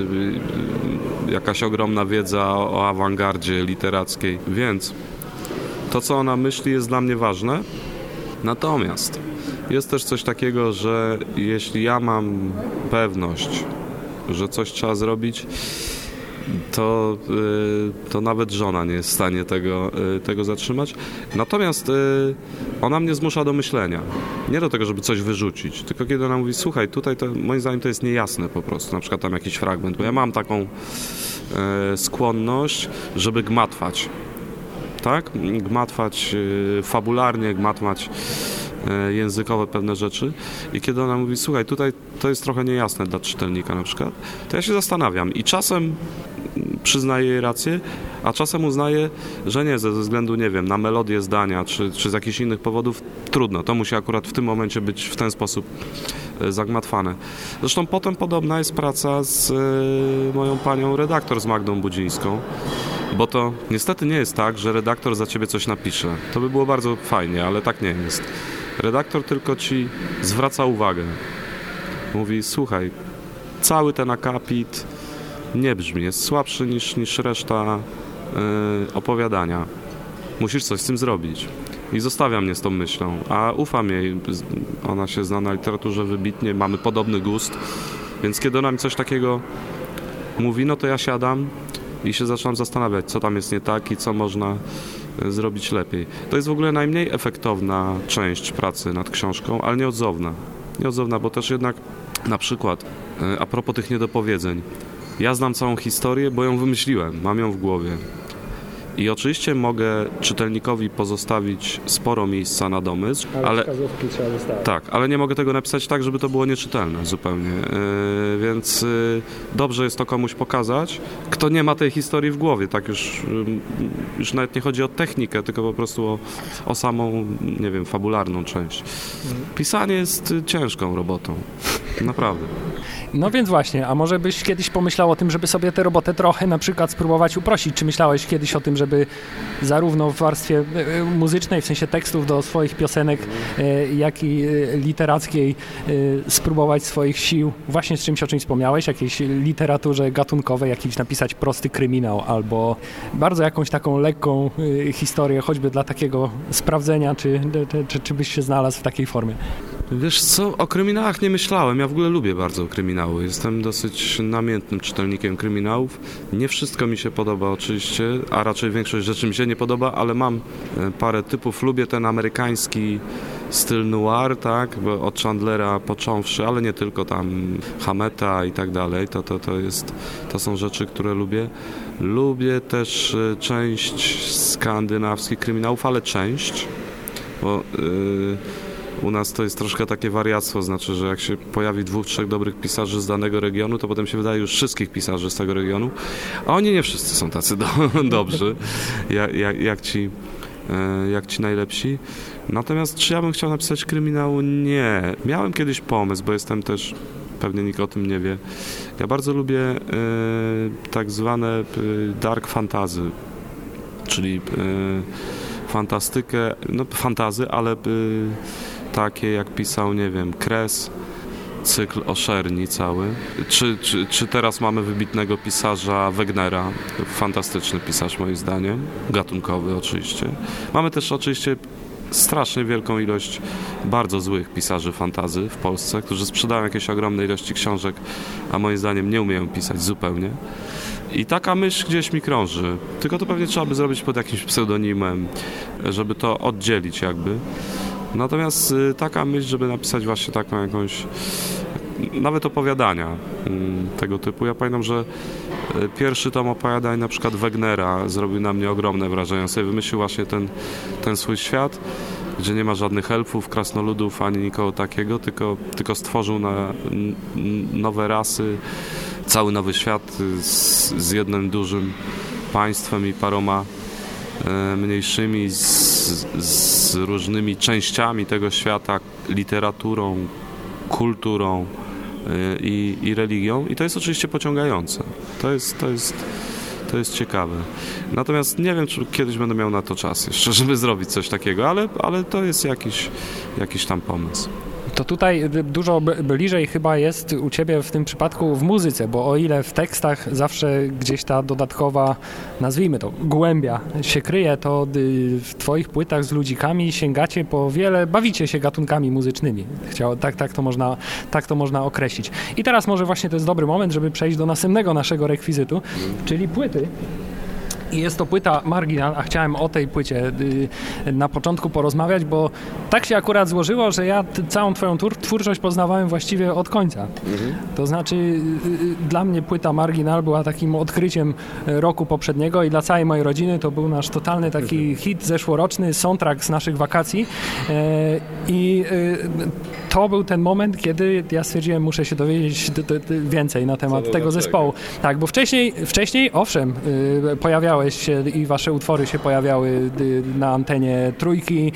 jakaś ogromna wiedza o awangardzie literackiej, więc to, co ona myśli, jest dla mnie ważne. Natomiast jest też coś takiego, że jeśli ja mam pewność, że coś trzeba zrobić, to, to nawet żona nie jest w stanie tego, tego zatrzymać. Natomiast ona mnie zmusza do myślenia. Nie do tego, żeby coś wyrzucić, tylko kiedy ona mówi, słuchaj, tutaj to moim zdaniem to jest niejasne po prostu, na przykład tam jakiś fragment, bo ja mam taką skłonność, żeby gmatwać. Tak? Gmatwać fabularnie, gmatwać językowe pewne rzeczy i kiedy ona mówi, słuchaj, tutaj to jest trochę niejasne dla czytelnika na przykład, to ja się zastanawiam i czasem przyznaję jej rację, a czasem uznaję, że nie, ze względu, nie wiem, na melodię zdania, czy, czy z jakichś innych powodów, trudno, to musi akurat w tym momencie być w ten sposób zagmatwane. Zresztą potem podobna jest praca z moją panią redaktor, z Magdą Budzińską, bo to niestety nie jest tak, że redaktor za ciebie coś napisze. To by było bardzo fajnie, ale tak nie jest. Redaktor tylko ci zwraca uwagę. Mówi, słuchaj, cały ten akapit nie brzmi, jest słabszy niż, niż reszta yy, opowiadania. Musisz coś z tym zrobić. I zostawia mnie z tą myślą, a ufam jej. Ona się zna na literaturze wybitnie, mamy podobny gust, więc kiedy ona mi coś takiego mówi, no to ja siadam i się zaczynam zastanawiać, co tam jest nie tak i co można zrobić lepiej. To jest w ogóle najmniej efektowna część pracy nad książką, ale nieodzowna. Nieodzowna, bo też jednak na przykład a propos tych niedopowiedzeń. Ja znam całą historię, bo ją wymyśliłem, mam ją w głowie. I oczywiście mogę czytelnikowi pozostawić sporo miejsca na domysł, ale, ale wskazówki trzeba wystawić. Tak, ale nie mogę tego napisać tak, żeby to było nieczytelne zupełnie. Yy, więc yy, dobrze jest to komuś pokazać, kto nie ma tej historii w głowie. Tak już, yy, już nawet nie chodzi o technikę, tylko po prostu o, o samą, nie wiem, fabularną część. Pisanie jest ciężką robotą. Naprawdę. No więc właśnie, a może byś kiedyś pomyślał o tym, żeby sobie tę robotę trochę na przykład spróbować uprościć? Czy myślałeś kiedyś o tym, żeby zarówno w warstwie muzycznej, w sensie tekstów do swoich piosenek, jak i literackiej spróbować swoich sił właśnie z czymś, o czym wspomniałeś, jakiejś literaturze gatunkowej, jakiś napisać prosty kryminał albo bardzo jakąś taką lekką historię, choćby dla takiego sprawdzenia, czy, czy, czy byś się znalazł w takiej formie? Wiesz co, o kryminałach nie myślałem. Ja w ogóle lubię bardzo kryminały. Jestem dosyć namiętnym czytelnikiem kryminałów. Nie wszystko mi się podoba oczywiście, a raczej większość rzeczy mi się nie podoba, ale mam parę typów. Lubię ten amerykański styl noir, tak, bo od Chandlera począwszy, ale nie tylko, tam Hameta i tak dalej. To, to, to, jest, to są rzeczy, które lubię. Lubię też część skandynawskich kryminałów, ale część, bo... Yy, u nas to jest troszkę takie wariactwo, znaczy, że jak się pojawi dwóch, trzech dobrych pisarzy z danego regionu, to potem się wydaje już wszystkich pisarzy z tego regionu, a oni nie wszyscy są tacy do, dobrzy, jak, jak, jak, ci, jak ci najlepsi. Natomiast czy ja bym chciał napisać kryminał? Nie. Miałem kiedyś pomysł, bo jestem też, pewnie nikt o tym nie wie, ja bardzo lubię e, tak zwane dark fantasy, czyli e, fantastykę, no fantazy, ale e, takie jak pisał, nie wiem, Kres, cykl o Szerni cały. Czy, czy, czy teraz mamy wybitnego pisarza Wegnera, fantastyczny pisarz moim zdaniem, gatunkowy oczywiście. Mamy też oczywiście strasznie wielką ilość bardzo złych pisarzy fantazy w Polsce, którzy sprzedają jakieś ogromne ilości książek, a moim zdaniem nie umieją pisać zupełnie. I taka myśl gdzieś mi krąży, tylko to pewnie trzeba by zrobić pod jakimś pseudonimem, żeby to oddzielić jakby. Natomiast taka myśl, żeby napisać właśnie taką jakąś, nawet opowiadania tego typu. Ja pamiętam, że pierwszy tom opowiadań na przykład Wegnera zrobił na mnie ogromne wrażenie. On sobie wymyślił właśnie ten, ten swój świat, gdzie nie ma żadnych elfów, krasnoludów, ani nikogo takiego, tylko, tylko stworzył na nowe rasy, cały nowy świat z, z jednym dużym państwem i paroma mniejszymi, z, z różnymi częściami tego świata, literaturą, kulturą i, i religią. I to jest oczywiście pociągające. To jest, to jest, to jest ciekawe. Natomiast nie wiem, czy kiedyś będę miał na to czas jeszcze, żeby zrobić coś takiego, ale, ale to jest jakiś, jakiś tam pomysł. To tutaj dużo bliżej chyba jest u ciebie w tym przypadku w muzyce, bo o ile w tekstach zawsze gdzieś ta dodatkowa, nazwijmy to, głębia się kryje, to w twoich płytach z ludzikami sięgacie po wiele, bawicie się gatunkami muzycznymi. Chciał, tak, tak, to można, tak to można określić. I teraz może właśnie to jest dobry moment, żeby przejść do następnego naszego rekwizytu, czyli płyty. I jest to płyta Marginal, a chciałem o tej płycie y, na początku porozmawiać, bo tak się akurat złożyło, że ja t- całą twoją twór- twórczość poznawałem właściwie od końca. Mhm. To znaczy y, y, dla mnie płyta Marginal była takim odkryciem roku poprzedniego i dla całej mojej rodziny to był nasz totalny taki mhm. hit zeszłoroczny, soundtrack z naszych wakacji y, i y, to był ten moment, kiedy ja stwierdziłem, muszę się dowiedzieć d- d- d- więcej na temat tego dlaczego? zespołu. Tak, bo wcześniej, wcześniej owszem, y, pojawiały się i wasze utwory się pojawiały na antenie Trójki.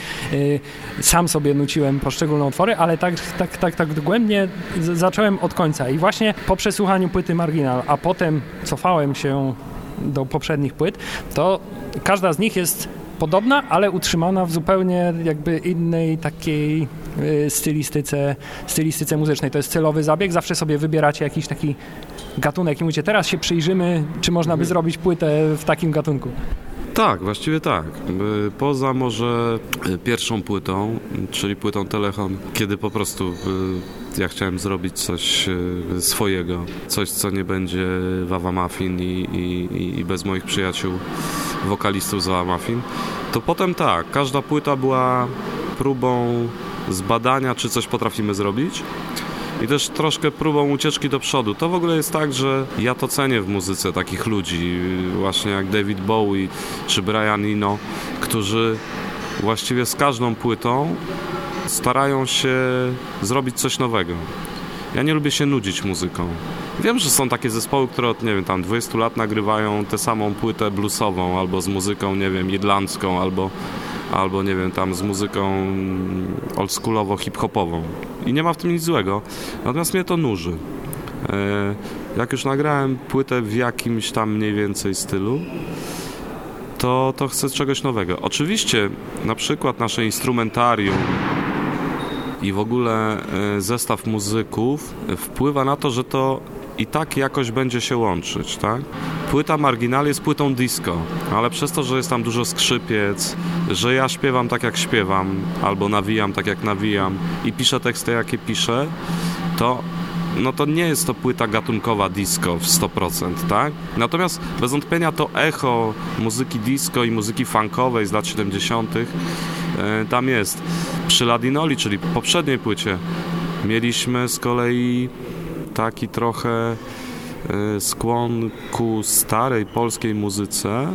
Sam sobie nuciłem poszczególne utwory, ale tak, tak, tak, tak dogłębnie z- zacząłem od końca. I właśnie po przesłuchaniu płyty Marginal, a potem cofałem się do poprzednich płyt, to każda z nich jest podobna, ale utrzymana w zupełnie jakby innej takiej stylistyce, stylistyce muzycznej. To jest celowy zabieg. Zawsze sobie wybieracie jakiś taki gatunek i mówicie, teraz się przyjrzymy, czy można by zrobić płytę w takim gatunku. Tak, właściwie tak. Poza może pierwszą płytą, czyli płytą Telechon, kiedy po prostu ja chciałem zrobić coś swojego, coś, co nie będzie Wawa Muffin i, i, i bez moich przyjaciół wokalistów z Wawa Muffin, to potem tak, każda płyta była próbą zbadania, czy coś potrafimy zrobić. I też troszkę próbą ucieczki do przodu. To w ogóle jest tak, że ja to cenię w muzyce takich ludzi, właśnie jak David Bowie czy Brian Eno, którzy właściwie z każdą płytą starają się zrobić coś nowego. Ja nie lubię się nudzić muzyką. Wiem, że są takie zespoły, które od, nie wiem, tam dwudziestu lat nagrywają tę samą płytę bluesową, albo z muzyką, nie wiem, irlandzką, albo albo nie wiem, tam z muzyką oldschoolowo hip-hopową. I nie ma w tym nic złego. Natomiast mnie to nuży. Jak już nagrałem płytę w jakimś tam mniej więcej stylu, to, to chcę czegoś nowego. Oczywiście na przykład nasze instrumentarium i w ogóle zestaw muzyków wpływa na to, że to i tak jakoś będzie się łączyć, tak? Płyta Marginal jest płytą disco, ale przez to, że jest tam dużo skrzypiec, że ja śpiewam tak jak śpiewam, albo nawijam tak jak nawijam i piszę teksty jakie piszę, to no to nie jest to płyta gatunkowa disco w sto procent, tak? Natomiast bez wątpienia to echo muzyki disco i muzyki funkowej z lat siedemdziesiątych e, tam jest. Przy Ladinoli, czyli poprzedniej płycie, mieliśmy z kolei taki trochę y, skłon ku starej polskiej muzyce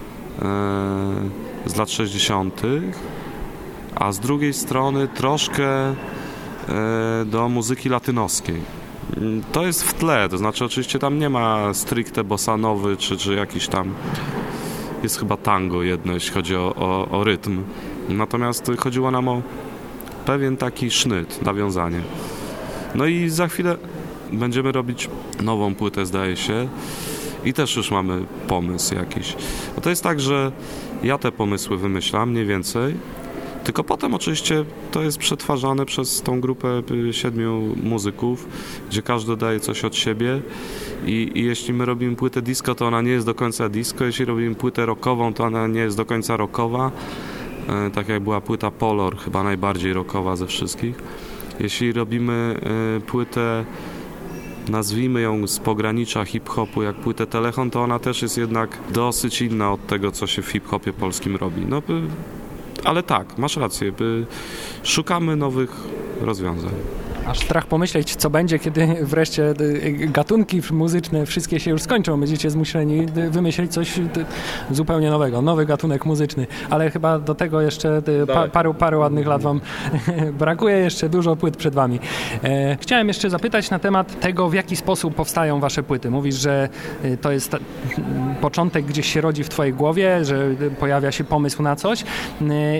y, z lat sześćdziesiątych, a z drugiej strony troszkę y, do muzyki latynoskiej. To jest w tle, to znaczy oczywiście tam nie ma stricte bossanowy, czy, czy jakiś tam, jest chyba tango jedno, jeśli chodzi o, o, o rytm. Natomiast chodziło nam o pewien taki sznyt, nawiązanie. No i za chwilę będziemy robić nową płytę, zdaje się, i też już mamy pomysł jakiś. Bo to jest tak, że ja te pomysły wymyślam, mniej więcej, tylko potem oczywiście to jest przetwarzane przez tą grupę siedmiu muzyków, gdzie każdy daje coś od siebie i, i jeśli my robimy płytę disco, to ona nie jest do końca disco, jeśli robimy płytę rockową, to ona nie jest do końca rockowa, e, tak jak była płyta Polor, chyba najbardziej rockowa ze wszystkich. Jeśli robimy e, płytę, nazwijmy ją z pogranicza hip-hopu, jak płytę Telechon, to ona też jest jednak dosyć inna od tego, co się w hip-hopie polskim robi. No, by, ale tak, masz rację, by, szukamy nowych rozwiązań. Aż strach pomyśleć, co będzie, kiedy wreszcie gatunki muzyczne wszystkie się już skończą. Będziecie zmuszeni wymyślić coś zupełnie nowego, nowy gatunek muzyczny. Ale chyba do tego jeszcze pa, paru, paru ładnych lat wam brakuje, jeszcze dużo płyt przed wami. E, chciałem jeszcze zapytać na temat tego, w jaki sposób powstają wasze płyty. Mówisz, że to jest ta, początek gdzieś się rodzi w twojej głowie, że pojawia się pomysł na coś. E,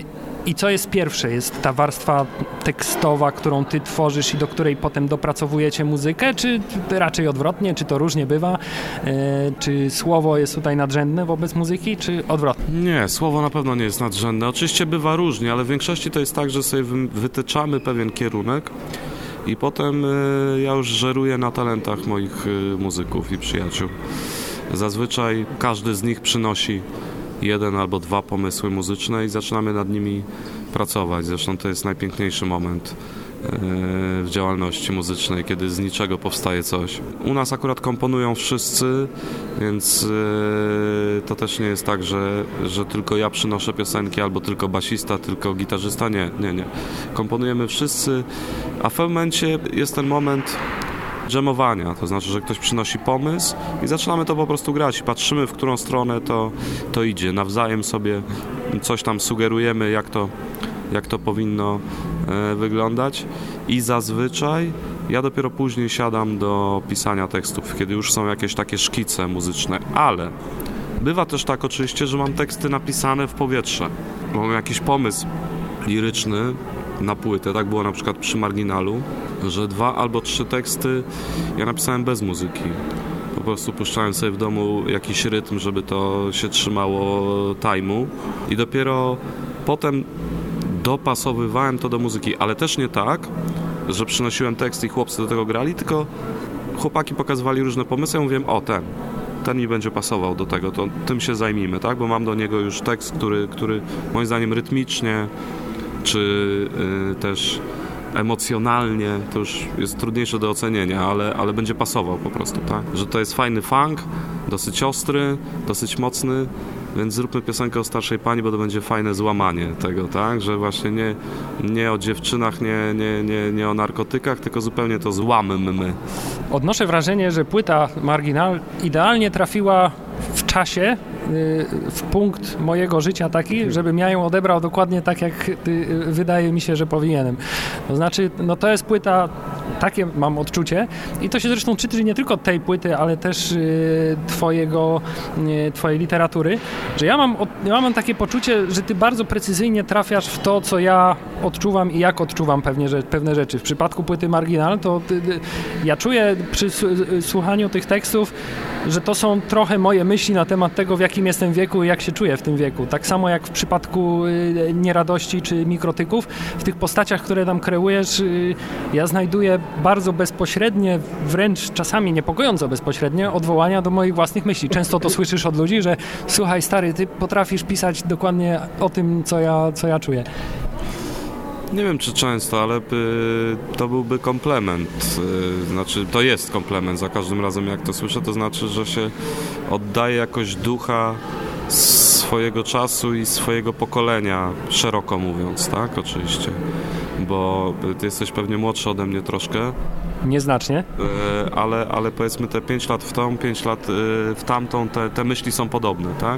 I co jest pierwsze? Jest ta warstwa tekstowa, którą ty tworzysz i do której potem dopracowujecie muzykę, czy raczej odwrotnie, czy to różnie bywa? E, czy słowo jest tutaj nadrzędne wobec muzyki, czy odwrotnie? Nie, słowo na pewno nie jest nadrzędne. Oczywiście bywa różnie, ale w większości to jest tak, że sobie wytyczamy pewien kierunek i potem y, ja już żeruję na talentach moich y, muzyków i przyjaciół. Zazwyczaj każdy z nich przynosi jeden albo dwa pomysły muzyczne i zaczynamy nad nimi pracować. Zresztą to jest najpiękniejszy moment w działalności muzycznej, kiedy z niczego powstaje coś. U nas akurat komponują wszyscy, więc to też nie jest tak, że, że tylko ja przynoszę piosenki, albo tylko basista, tylko gitarzysta. Nie, nie, nie. Komponujemy wszyscy, a w pewnym momencie jest ten moment dżemowania, to znaczy, że ktoś przynosi pomysł i zaczynamy to po prostu grać i patrzymy, w którą stronę to, to idzie. Nawzajem sobie coś tam sugerujemy, jak to, jak to powinno e, wyglądać i zazwyczaj ja dopiero później siadam do pisania tekstów, kiedy już są jakieś takie szkice muzyczne, ale bywa też tak oczywiście, że mam teksty napisane w powietrze. Mam jakiś pomysł liryczny na płytę, tak było na przykład przy Marginalu, że dwa albo trzy teksty ja napisałem bez muzyki. Po prostu puszczałem sobie w domu jakiś rytm, żeby to się trzymało time'u i dopiero potem dopasowywałem to do muzyki, ale też nie tak, że przynosiłem tekst i chłopcy do tego grali, tylko chłopaki pokazywali różne pomysły, ja mówiłem, o ten, ten mi będzie pasował do tego, to tym się zajmijmy, tak, bo mam do niego już tekst, który, który moim zdaniem rytmicznie czy y, też emocjonalnie, to już jest trudniejsze do ocenienia, ale, ale będzie pasował po prostu, tak? Że to jest fajny funk, dosyć ostry, dosyć mocny, więc zróbmy piosenkę o starszej pani, bo to będzie fajne złamanie tego, tak? Że właśnie nie, nie o dziewczynach, nie, nie, nie, nie o narkotykach, tylko zupełnie to złammy. Odnoszę wrażenie, że płyta Marginal idealnie trafiła w czasie, w punkt mojego życia taki, żebym ja ją odebrał dokładnie tak, jak wydaje mi się, że powinienem. To znaczy, no to jest płyta, takie mam odczucie i to się zresztą czyta nie tylko tej płyty, ale też twojego, twojej literatury, że ja mam, ja mam takie poczucie, że ty bardzo precyzyjnie trafiasz w to, co ja odczuwam i jak odczuwam pewnie, że, pewne rzeczy. W przypadku płyty Marginal, to ty, ja czuję przy słuchaniu tych tekstów, że to są trochę moje myśli na temat tego, w jakim jestem wieku i jak się czuję w tym wieku. Tak samo jak w przypadku y, Nieradości czy Mikrotyków, w tych postaciach, które tam kreujesz, y, ja znajduję bardzo bezpośrednie, wręcz czasami niepokojąco bezpośrednie odwołania do moich własnych myśli. Często to słyszysz od ludzi, że słuchaj stary, ty potrafisz pisać dokładnie o tym, co ja, co ja czuję. Nie wiem, czy często, ale by, to byłby komplement. Znaczy, to jest komplement. Za każdym razem, jak to słyszę, to znaczy, że się oddaje jakoś ducha swojego czasu i swojego pokolenia, szeroko mówiąc, tak? Oczywiście. Bo ty jesteś pewnie młodszy ode mnie troszkę. Nieznacznie. Ale, ale powiedzmy te pięć lat w tą, pięć lat w tamtą, te, te myśli są podobne, tak?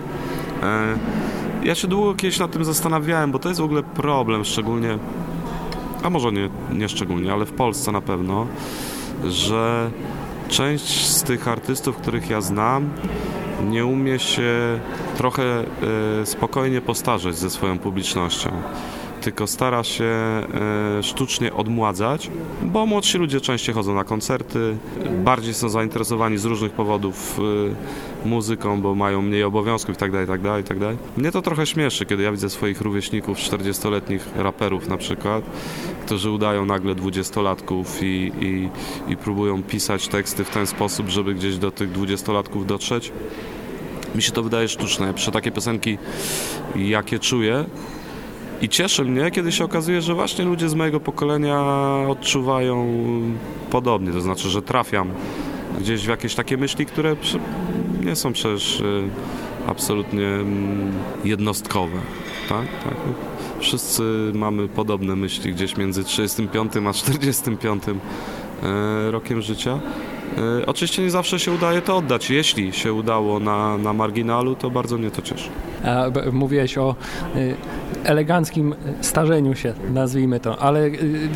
Ja się długo kiedyś nad tym zastanawiałem, bo to jest w ogóle problem, szczególnie, a może nie, nie szczególnie, ale w Polsce na pewno, że część z tych artystów, których ja znam, nie umie się trochę y, spokojnie postarzeć ze swoją publicznością, tylko stara się y, sztucznie odmładzać, bo młodsi ludzie częściej chodzą na koncerty, bardziej są zainteresowani z różnych powodów y, muzyką, bo mają mniej obowiązków i tak dalej, tak dalej, tak dalej. Mnie to trochę śmieszy, kiedy ja widzę swoich rówieśników, czterdziestoletnich raperów na przykład, którzy udają nagle dwudziestolatków i, i, i próbują pisać teksty w ten sposób, żeby gdzieś do tych dwudziestolatków dotrzeć. Mi się to wydaje sztuczne. Ja piszę takie piosenki, jakie czuję. I cieszy mnie, kiedy się okazuje, że właśnie ludzie z mojego pokolenia odczuwają podobnie. To znaczy, że trafiam gdzieś w jakieś takie myśli, które nie są przecież absolutnie jednostkowe. Tak? Tak. Wszyscy mamy podobne myśli gdzieś między trzydziestym piątym a czterdziestym piątym rokiem życia. Oczywiście nie zawsze się udaje to oddać. Jeśli się udało na, na Marginalu, to bardzo mnie to cieszy. A, mówiłeś o y, eleganckim starzeniu się, nazwijmy to, ale y,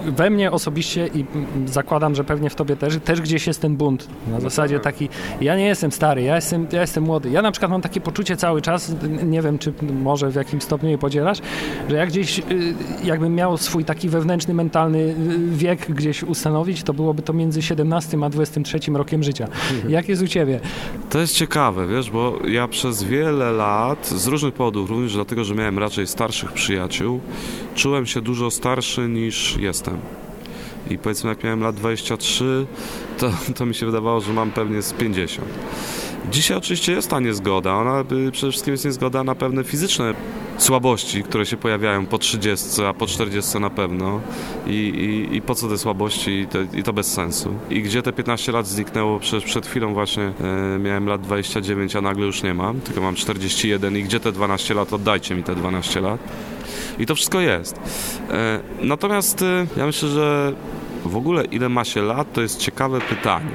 we mnie osobiście i zakładam, że pewnie w tobie też, też gdzieś jest ten bunt. Na zasadzie taki, ja nie jestem stary, ja jestem, ja jestem młody. Ja na przykład mam takie poczucie cały czas, nie wiem, czy może w jakim stopniu je podzielasz, że jak gdzieś jakbym miał swój taki wewnętrzny, mentalny wiek gdzieś ustanowić, to byłoby to między siedemnastym a dwudziestym trzecim rokiem życia. Jak jest u ciebie? To jest ciekawe, wiesz, bo ja przez wiele lat, z różnych powodów, również dlatego, że miałem raczej starszych przyjaciół, czułem się dużo starszy niż jestem. I powiedzmy, jak miałem lat dwadzieścia trzy, to, to mi się wydawało, że mam pewnie z pięćdziesiąt. Dzisiaj oczywiście jest ta niezgoda. Ona przede wszystkim jest niezgoda na pewne fizyczne słabości, które się pojawiają po trzydziestce, a po czterdziestce na pewno. I, i, i po co te słabości? I to, i to bez sensu. I gdzie te piętnaście lat zniknęło? Przecież przed chwilą właśnie e, miałem lat dwadzieścia dziewięć, a nagle już nie mam, tylko mam czterdzieści jeden. I gdzie te dwanaście lat? Oddajcie mi te dwanaście lat. I to wszystko jest. E, natomiast e, ja myślę, że w ogóle ile ma się lat, to jest ciekawe pytanie.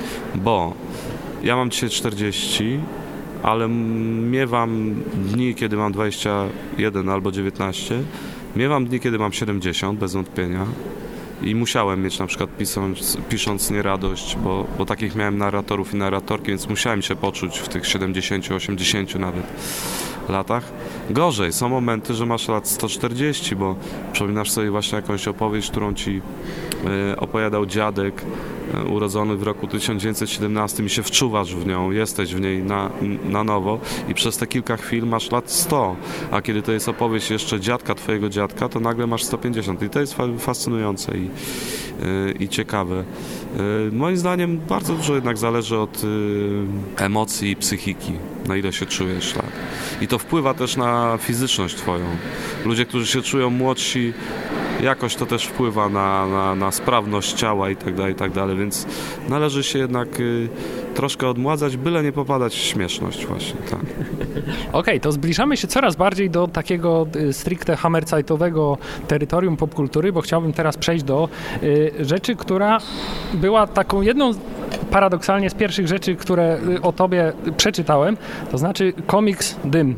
Bo ja mam dzisiaj czterdzieści, ale miewam dni, kiedy mam dwadzieścia jeden albo dziewiętnaście. Miewam dni, kiedy mam siedemdziesiąt, bez wątpienia. I musiałem mieć na przykład pisząc, pisząc nieradość, bo, bo takich miałem narratorów i narratorki, więc musiałem się poczuć w tych siedemdziesięciu, osiemdziesięciu nawet latach. Gorzej, są momenty, że masz lat sto czterdzieści, bo przypominasz sobie właśnie jakąś opowieść, którą ci y, opowiadał dziadek, y, urodzony w roku tysiąc dziewięćset siedemnastym i się wczuwasz w nią, jesteś w niej na, na nowo i przez te kilka chwil masz lat sto, a kiedy to jest opowieść jeszcze dziadka, twojego dziadka, to nagle masz sto pięćdziesiąt i to jest fascynujące i, y, i ciekawe. Y, moim zdaniem bardzo dużo jednak zależy od y, emocji i psychiki, na ile się czujesz, tak. I to wpływa też na fizyczność twoją. Ludzie, którzy się czują młodsi, jakoś to też wpływa na, na, na sprawność ciała i tak dalej, i tak dalej, więc należy się jednak y, troszkę odmładzać, byle nie popadać w śmieszność właśnie, tak. Okej, okay, to zbliżamy się coraz bardziej do takiego y, stricte hammerzeitowego terytorium popkultury, bo chciałbym teraz przejść do y, rzeczy, która była taką jedną paradoksalnie z pierwszych rzeczy, które y, o tobie przeczytałem, to znaczy komiks Dym,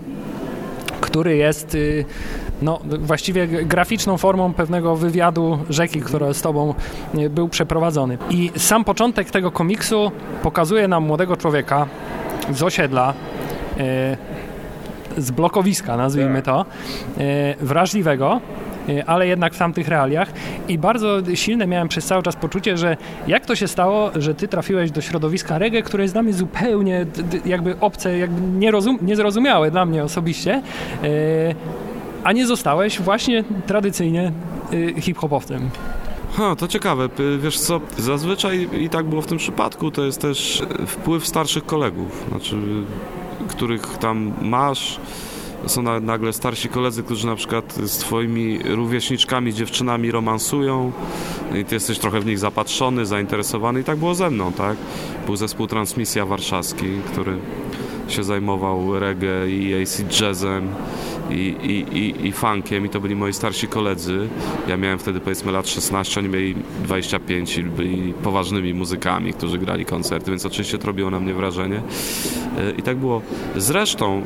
który jest y, no, właściwie graficzną formą pewnego wywiadu rzeki, który z tobą y, był przeprowadzony. I sam początek tego komiksu pokazuje nam młodego człowieka z osiedla, y, z blokowiska, nazwijmy to, y, wrażliwego, ale jednak w tamtych realiach i bardzo silne miałem przez cały czas poczucie, że jak to się stało, że ty trafiłeś do środowiska reggae, które jest dla mnie zupełnie jakby obce, jakby nierozum, niezrozumiałe dla mnie osobiście, a nie zostałeś właśnie tradycyjnie hip-hopowcem. Ha, to ciekawe. Wiesz co, zazwyczaj i tak było w tym przypadku, to jest też wpływ starszych kolegów, znaczy, których tam masz. Są na, nagle starsi koledzy, którzy na przykład z twoimi rówieśniczkami, dziewczynami romansują i ty jesteś trochę w nich zapatrzony, zainteresowany i tak było ze mną, tak? Był zespół Transmisja Warszawski, który się zajmował reggae i acid jazzem i, i, i, i funkiem i to byli moi starsi koledzy. Ja miałem wtedy powiedzmy lat szesnaście, oni mieli dwadzieścia pięć i byli poważnymi muzykami, którzy grali koncerty, więc oczywiście to robiło na mnie wrażenie. I tak było. Zresztą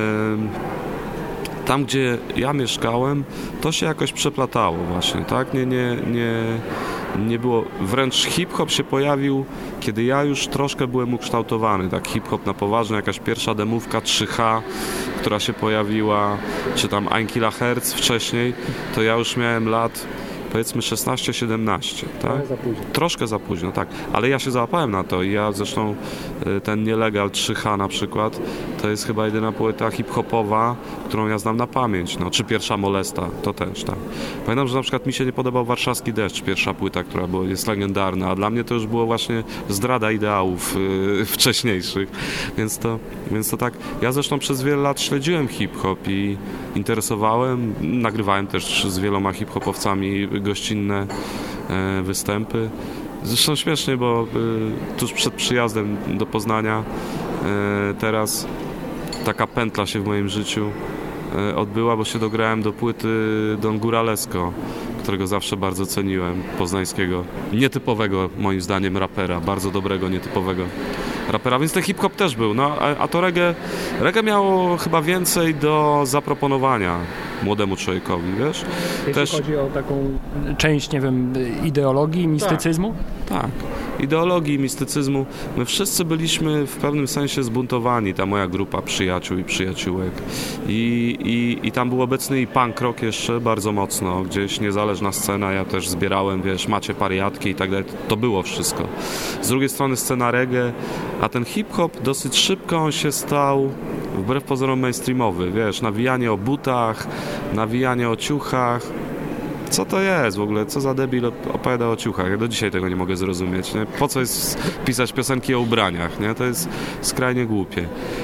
tam, gdzie ja mieszkałem, to się jakoś przeplatało właśnie, tak? Nie, nie, nie, nie było, wręcz hip-hop się pojawił, kiedy ja już troszkę byłem ukształtowany, tak? Hip-hop na poważnie, jakaś pierwsza demówka trzy H, która się pojawiła, czy tam Ein Kilohertz wcześniej, to ja już miałem lat powiedzmy szesnaście siedemnaście, tak? Za późno. Troszkę za późno, tak. Ale ja się załapałem na to i ja zresztą ten Nielegal trzy H na przykład, to jest chyba jedyna płyta hip-hopowa, którą ja znam na pamięć, no, czy pierwsza Molesta, to też, tak. Pamiętam, że na przykład mi się nie podobał Warszawski Deszcz, pierwsza płyta, która była, jest legendarna, a dla mnie to już było właśnie zdrada ideałów yy, wcześniejszych, więc to, więc to tak. Ja zresztą przez wiele lat śledziłem hip-hop i interesowałem, nagrywałem też z wieloma hip-hopowcami gościnne e, występy. Zresztą śmiesznie, bo e, tuż przed przyjazdem do Poznania e, teraz taka pętla się w moim życiu e, odbyła, bo się dograłem do płyty Don Góralesko, którego zawsze bardzo ceniłem, poznańskiego, nietypowego moim zdaniem rapera, bardzo dobrego, nietypowego rapera, więc ten hip-hop też był, no a, a to reggae, reggae miało chyba więcej do zaproponowania młodemu człowiekowi, wiesz. Jeśli Też... chodzi o taką część, nie wiem, ideologii, mistycyzmu? Tak, tak. Ideologii, mistycyzmu. My wszyscy byliśmy w pewnym sensie zbuntowani, ta moja grupa przyjaciół i przyjaciółek. I, i, i tam był obecny i punk rock jeszcze bardzo mocno, gdzieś niezależna scena, ja też zbierałem, wiesz, Macie Pariatki i tak dalej, to było wszystko. Z drugiej strony scena reggae, a ten hip-hop dosyć szybko on się stał, wbrew pozorom, mainstreamowy, wiesz, nawijanie o butach, nawijanie o ciuchach. Co to jest w ogóle? Co za debil opowiada o ciuchach? Ja do dzisiaj tego nie mogę zrozumieć. Nie? Po co jest pisać piosenki o ubraniach? Nie? To jest skrajnie głupie.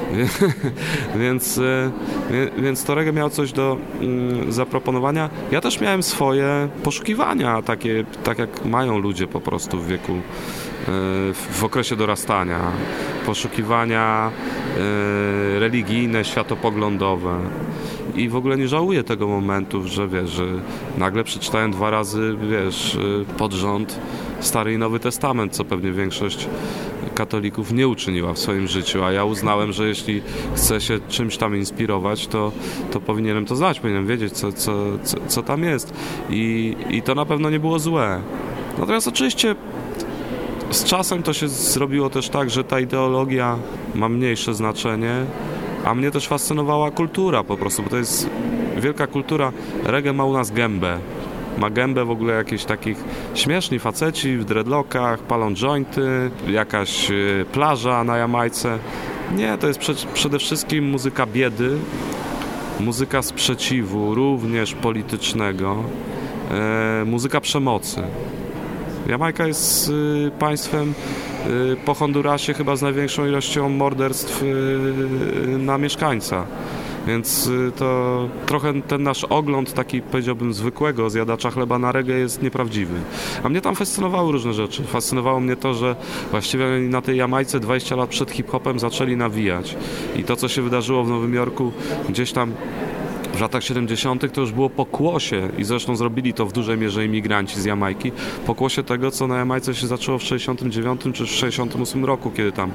więc, więc to reggae miało coś do mm, zaproponowania. Ja też miałem swoje poszukiwania, takie, tak jak mają ludzie po prostu w wieku, w okresie dorastania. Poszukiwania religijne, światopoglądowe. I w ogóle nie żałuję tego momentu, że wiesz, że nagle przeczytałem dwa razy, wiesz, pod rząd Stary i Nowy Testament, co pewnie większość katolików nie uczyniła w swoim życiu, a ja uznałem, że jeśli chcę się czymś tam inspirować, to, to powinienem to znać, powinienem wiedzieć, co, co, co, co tam jest. I, I to na pewno nie było złe. Natomiast oczywiście z czasem to się zrobiło też tak, że ta ideologia ma mniejsze znaczenie, a mnie też fascynowała kultura po prostu, bo to jest wielka kultura. Reggae ma u nas gębę. Ma gębę w ogóle jakichś takich śmieszni faceci w dreadlockach, palą jointy, jakaś plaża na Jamajce. Nie, to jest prze, przede wszystkim muzyka biedy, muzyka sprzeciwu, również politycznego, e, muzyka przemocy. Jamajka jest y, państwem y, po Hondurasie chyba z największą ilością morderstw y, na mieszkańca. Więc y, to trochę ten nasz ogląd taki, powiedziałbym, zwykłego zjadacza chleba na reggae jest nieprawdziwy. A mnie tam fascynowały różne rzeczy. Fascynowało mnie to, że właściwie na tej Jamajce dwadzieścia lat przed hip-hopem zaczęli nawijać. I to, co się wydarzyło w Nowym Jorku, gdzieś tam w latach siedemdziesiątych to już było pokłosie i zresztą zrobili to w dużej mierze imigranci z Jamajki, pokłosie tego, co na Jamajce się zaczęło w sześćdziesiątym dziewiątym czy w sześćdziesiątym ósmym roku, kiedy tam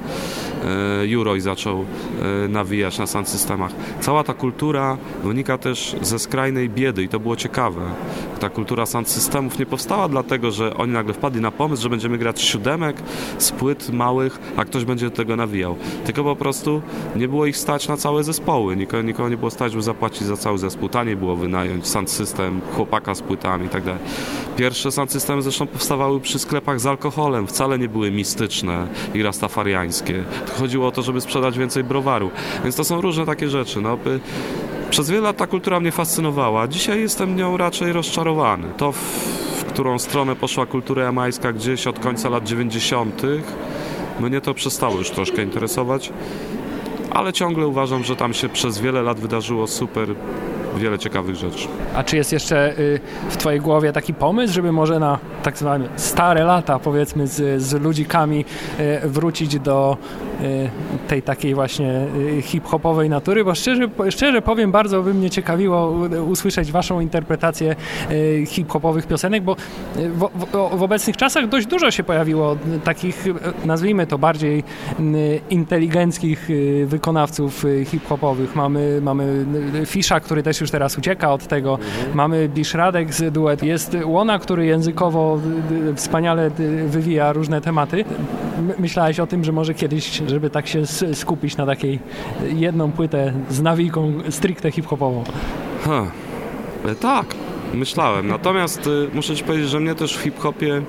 e, Euroi zaczął e, nawijać na sound systemach. Cała ta kultura wynika też ze skrajnej biedy i to było ciekawe. Ta kultura sound systemów nie powstała dlatego, że oni nagle wpadli na pomysł, że będziemy grać siódemek z płyt małych, a ktoś będzie do tego nawijał. Tylko po prostu nie było ich stać na całe zespoły. Nikogo, nikogo nie było stać, żeby zapłacić za cały zespół. Taniej było wynająć sound system, chłopaka z płytami i tak dalej. Pierwsze sound systemy zresztą powstawały przy sklepach z alkoholem. Wcale nie były mistyczne i rastafariańskie. Chodziło o to, żeby sprzedać więcej browaru. Więc to są różne takie rzeczy. No, by... Przez wiele lat ta kultura mnie fascynowała. Dzisiaj jestem nią raczej rozczarowany. To, w, w którą stronę poszła kultura jamajska gdzieś od końca lat dziewięćdziesiątych, mnie to przestało już troszkę interesować. Ale ciągle uważam, że tam się przez wiele lat wydarzyło super wiele ciekawych rzeczy. A czy jest jeszcze y, w twojej głowie taki pomysł, żeby może na tak zwane stare lata, powiedzmy, z, z ludzikami y, wrócić do y, tej takiej właśnie y, hip-hopowej natury? Bo szczerze, szczerze powiem, bardzo by mnie ciekawiło usłyszeć waszą interpretację y, hip-hopowych piosenek, bo y, w, w, w obecnych czasach dość dużo się pojawiło takich, nazwijmy to bardziej y, inteligenckich y, wykonawców y, hip-hopowych. Mamy, mamy Fisza, który też już teraz ucieka od tego. Mhm. Mamy Biszradek z duet. Jest Łona, który językowo wspaniale wywija różne tematy. Myślałeś o tym, że może kiedyś, żeby tak się skupić na takiej jedną płytę z nawijką stricte hip-hopową? Ha. E, tak, myślałem. Natomiast y, muszę ci powiedzieć, że mnie też w hip-hopie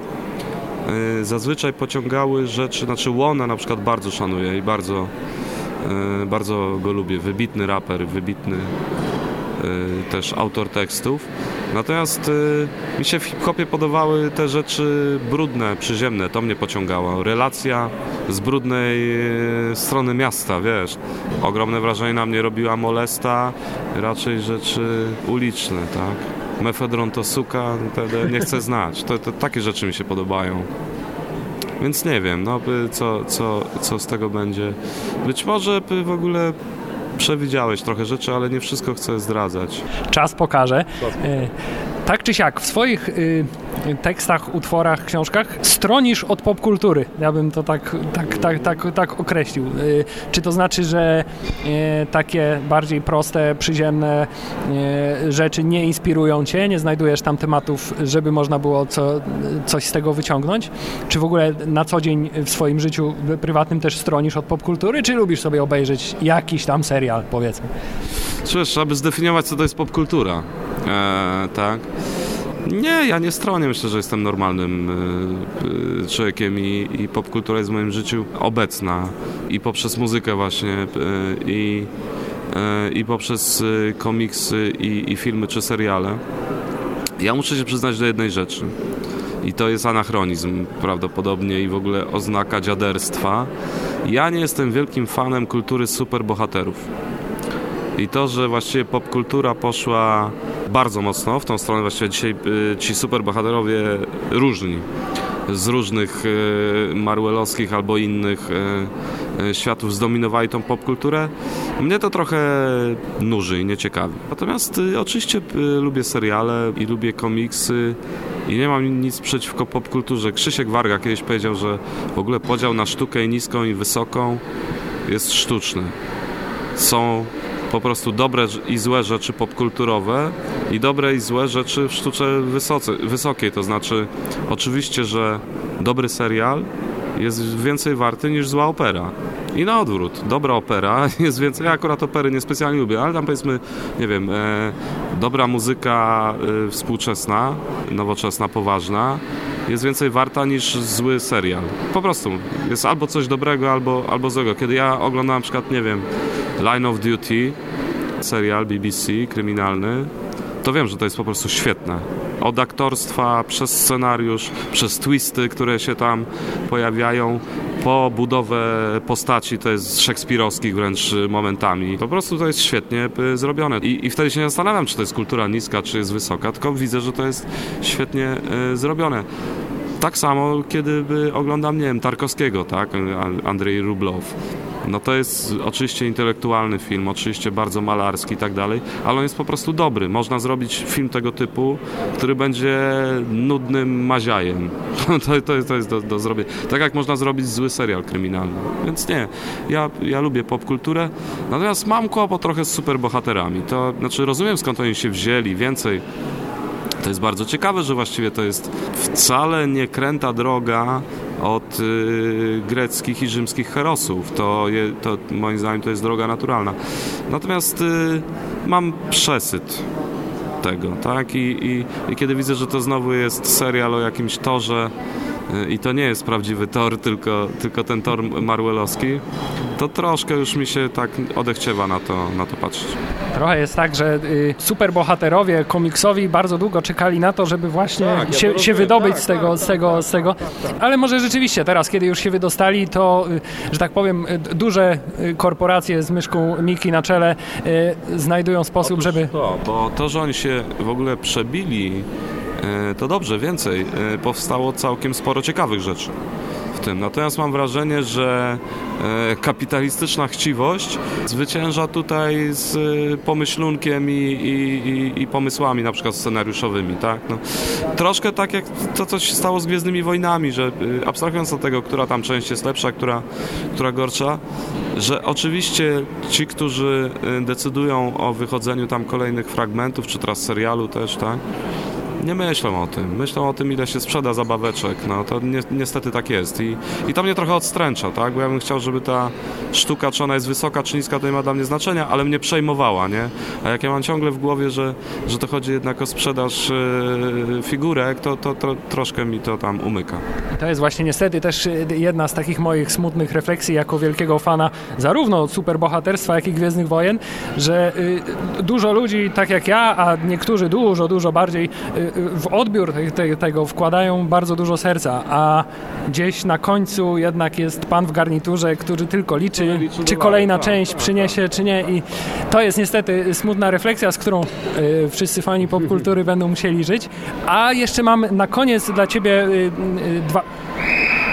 y, zazwyczaj pociągały rzeczy, znaczy Łona na przykład bardzo szanuję i bardzo, y, bardzo go lubię. Wybitny raper, wybitny też autor tekstów. Natomiast y, mi się w hip-hopie podobały te rzeczy brudne, przyziemne. To mnie pociągało. Relacja z brudnej y, strony miasta, wiesz. Ogromne wrażenie na mnie robiła Molesta, raczej rzeczy uliczne, tak. Mefedron to suka, to, to nie chcę znać. To, to, takie rzeczy mi się podobają. Więc nie wiem, no, co, co, co z tego będzie. Być może w ogóle przewidziałeś trochę rzeczy, ale nie wszystko chcę zdradzać. Czas pokaże. tak czy siak w swoich y, tekstach, utworach, książkach stronisz od popkultury. Ja bym to tak, tak, tak, tak, tak określił. Y, czy to znaczy, że y, takie bardziej proste, przyziemne y, rzeczy nie inspirują cię, nie znajdujesz tam tematów, żeby można było co, coś z tego wyciągnąć? Czy w ogóle na co dzień w swoim życiu prywatnym też stronisz od popkultury, czy lubisz sobie obejrzeć jakiś tam serial, powiedzmy? Cóż, trzeba by zdefiniować, co to jest popkultura. Eee, tak? Nie, ja nie stronię. Myślę, że jestem normalnym y, y, człowiekiem i, i popkultura jest w moim życiu obecna. I poprzez muzykę właśnie, y, i, y, i poprzez y, komiksy i, i filmy czy seriale. Ja muszę się przyznać do jednej rzeczy. I to jest anachronizm prawdopodobnie i w ogóle oznaka dziaderstwa. Ja nie jestem wielkim fanem kultury superbohaterów. I to, że właściwie popkultura poszła bardzo mocno w tą stronę, właściwie dzisiaj y, ci superbohaterowie różni, z różnych y, marvelowskich albo innych y, y, światów zdominowali tą popkulturę, mnie to trochę nuży i nie ciekawi. Natomiast y, oczywiście y, lubię seriale i lubię komiksy i nie mam nic przeciwko popkulturze. Krzysiek Warga kiedyś powiedział, że w ogóle podział na sztukę niską i wysoką jest sztuczny. Są po prostu dobre i złe rzeczy popkulturowe i dobre i złe rzeczy w sztuce wysoce, wysokiej. To znaczy, oczywiście, że dobry serial jest więcej warty niż zła opera. I na odwrót. Dobra opera jest więcej... Ja akurat opery niespecjalnie lubię, ale tam powiedzmy, nie wiem, e, dobra muzyka e, współczesna, nowoczesna, poważna jest więcej warta niż zły serial. Po prostu. Jest albo coś dobrego, albo, albo złego. Kiedy ja oglądam na przykład, nie wiem, Line of Duty, serial B B C, kryminalny, to wiem, że to jest po prostu świetne. Od aktorstwa, przez scenariusz, przez twisty, które się tam pojawiają, po budowę postaci, to jest szekspirowskich wręcz momentami. Po prostu to jest świetnie zrobione. I, i wtedy się nie zastanawiam, czy to jest kultura niska, czy jest wysoka, tylko widzę, że to jest świetnie y, zrobione. Tak samo, kiedy oglądam, nie wiem, Tarkowskiego, tak? Andrzej Rublow. No to jest oczywiście intelektualny film, oczywiście bardzo malarski i tak dalej, ale on jest po prostu dobry. Można zrobić film tego typu, który będzie nudnym maziajem. To, to, to jest do, do zrobienia. Tak jak można zrobić zły serial kryminalny. Więc nie, ja, ja lubię popkulturę, natomiast mam kłopot trochę z superbohaterami. To znaczy rozumiem, skąd oni się wzięli, więcej. To jest bardzo ciekawe, że właściwie to jest wcale nie kręta droga od y, greckich i rzymskich herosów. To, je, to moim zdaniem to jest droga naturalna. Natomiast y, mam przesyt tego, tak? I, i, i kiedy widzę, że to znowu jest serial o jakimś torze y, i to nie jest prawdziwy tor, tylko, tylko ten tor marvelowski, to troszkę już mi się tak odechciewa na to, na to patrzeć. Trochę jest tak, że y, superbohaterowie komiksowi bardzo długo czekali na to, żeby właśnie tak, się, ja się wydobyć tak, z tego, tak, z tego, tak, z tego. Tak, tak, tak. Ale może rzeczywiście teraz, kiedy już się wydostali, to, y, że tak powiem, y, duże y, korporacje z myszką Miki na czele y, znajdują sposób, Otóż żeby... To, bo to, że oni się w ogóle przebili, y, to dobrze, więcej. Y, powstało całkiem sporo ciekawych rzeczy w tym. Natomiast mam wrażenie, że e, kapitalistyczna chciwość zwycięża tutaj z e, pomyślunkiem i, i, i, i pomysłami na przykład scenariuszowymi, tak? No, troszkę tak jak to, co się stało z Gwiezdnymi Wojnami, że e, abstrahując od tego, która tam część jest lepsza, która, która gorsza, że oczywiście ci, którzy e, decydują o wychodzeniu tam kolejnych fragmentów, czy teraz serialu też, tak? Nie myślą o tym. Myślą o tym, ile się sprzeda zabaweczek. No to ni niestety tak jest. I, I to mnie trochę odstręcza, tak? Bo ja bym chciał, żeby ta sztuka, czy ona jest wysoka, czy niska, to nie ma dla mnie znaczenia, ale mnie przejmowała, nie? A jak ja mam ciągle w głowie, że, że to chodzi jednak o sprzedaż yy, figurek, to, to, to troszkę mi to tam umyka. To jest właśnie niestety też jedna z takich moich smutnych refleksji jako wielkiego fana zarówno superbohaterstwa, jak i Gwiezdnych Wojen, że y, dużo ludzi, tak jak ja, a niektórzy dużo, dużo bardziej y, w odbiór te, te, tego wkładają bardzo dużo serca, a gdzieś na końcu jednak jest pan w garniturze, który tylko liczy, czy kolejna część przyniesie, czy nie. I to jest niestety smutna refleksja, z którą y, wszyscy fani popkultury będą musieli żyć. A jeszcze mam na koniec dla ciebie y, y, dwa...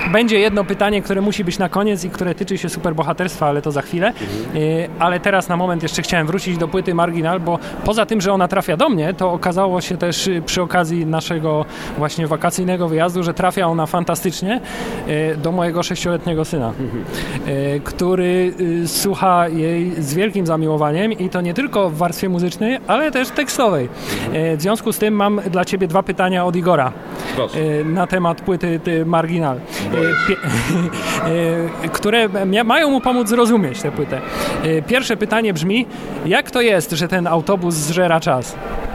będzie jedno pytanie, które musi być na koniec i które tyczy się superbohaterstwa, ale to za chwilę. Y, ale teraz na moment jeszcze chciałem wrócić do płyty Marginal, bo poza tym, że ona trafia do mnie, to okazało się też y, przy okazji naszego właśnie wakacyjnego wyjazdu, że trafia ona fantastycznie y, do mojego sześcioletniego syna, y, który y, słucha jej z wielkim zamiłowaniem i to nie tylko w warstwie muzycznej, ale też tekstowej. Y, w związku z tym mam dla ciebie dwa pytania od Igora y, na temat płyty y, Marginal, y, pie, y, które mia- mają mu pomóc zrozumieć tę płytę. Y, pierwsze pytanie brzmi, jak to jest, że ten autobus zżera czas?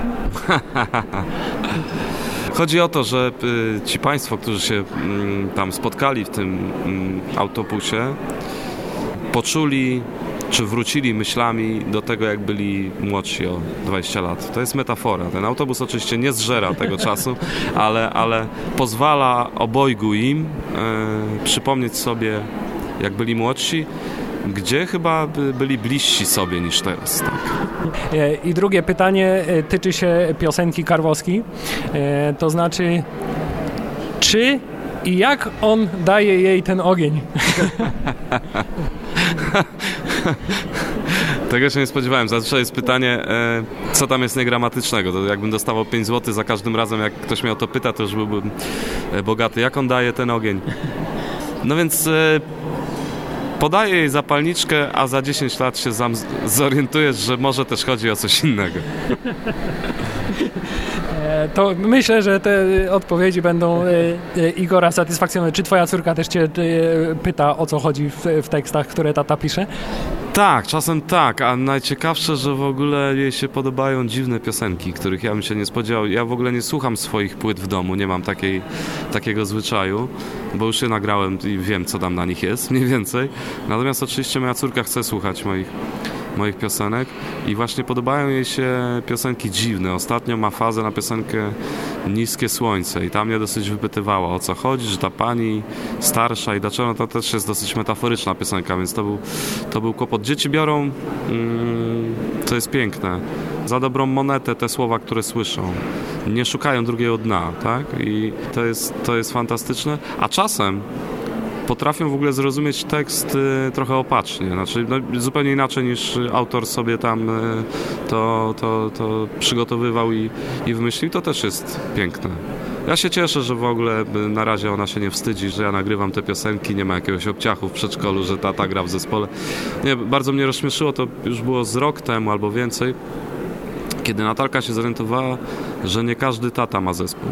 Chodzi o to, że y, ci państwo, którzy się y, tam spotkali w tym y, autobusie, poczuli, czy wrócili myślami do tego, jak byli młodsi o dwadzieścia lat. To jest metafora. Ten autobus oczywiście nie zżera tego czasu, ale, ale pozwala obojgu im y, przypomnieć sobie, jak byli młodsi, gdzie chyba byli bliżsi sobie niż teraz. Tak. I drugie pytanie tyczy się piosenki Karwowski. To znaczy, czy i jak on daje jej ten ogień? Tego się nie spodziewałem. Zazwyczaj jest pytanie, co tam jest niegramatycznego. To jakbym dostawał pięć złotych za każdym razem, jak ktoś mnie o to pyta, to już byłbym bogaty. Jak on daje ten ogień? No więc podaje jej zapalniczkę, a za dziesięć lat się zam- zorientujesz, że może też chodzi o coś innego. To myślę, że te odpowiedzi będą Igora satysfakcjonujące. Czy twoja córka też cię pyta, o co chodzi w, w tekstach, które tata pisze? Tak, czasem tak, a najciekawsze, że w ogóle jej się podobają dziwne piosenki, których ja bym się nie spodziewał. Ja w ogóle nie słucham swoich płyt w domu, nie mam takiej, takiego zwyczaju, bo już je nagrałem i wiem, co tam na nich jest, mniej więcej. Natomiast oczywiście moja córka chce słuchać moich, moich piosenek i właśnie podobają jej się piosenki dziwne. Ostatnio ma fazę na piosenkę Niskie Słońce i tam mnie dosyć wypytywała, o co chodzi, że ta pani starsza i dlaczego, no to też jest dosyć metaforyczna piosenka, więc to był, to był kłopot. Dzieci biorą, mm, co jest piękne, za dobrą monetę te słowa, które słyszą. Nie szukają drugiego dna, tak? I to jest, to jest fantastyczne. A czasem potrafią w ogóle zrozumieć tekst y, trochę opacznie, znaczy no, zupełnie inaczej niż autor sobie tam y, to, to, to przygotowywał i, i wymyślił. To też jest piękne. Ja się cieszę, że w ogóle y, na razie ona się nie wstydzi, że ja nagrywam te piosenki, nie ma jakiegoś obciachu w przedszkolu, że tata gra w zespole. Nie, bardzo mnie rozśmieszyło, to już było z rok temu albo więcej, kiedy Natalka się zorientowała, że nie każdy tata ma zespół.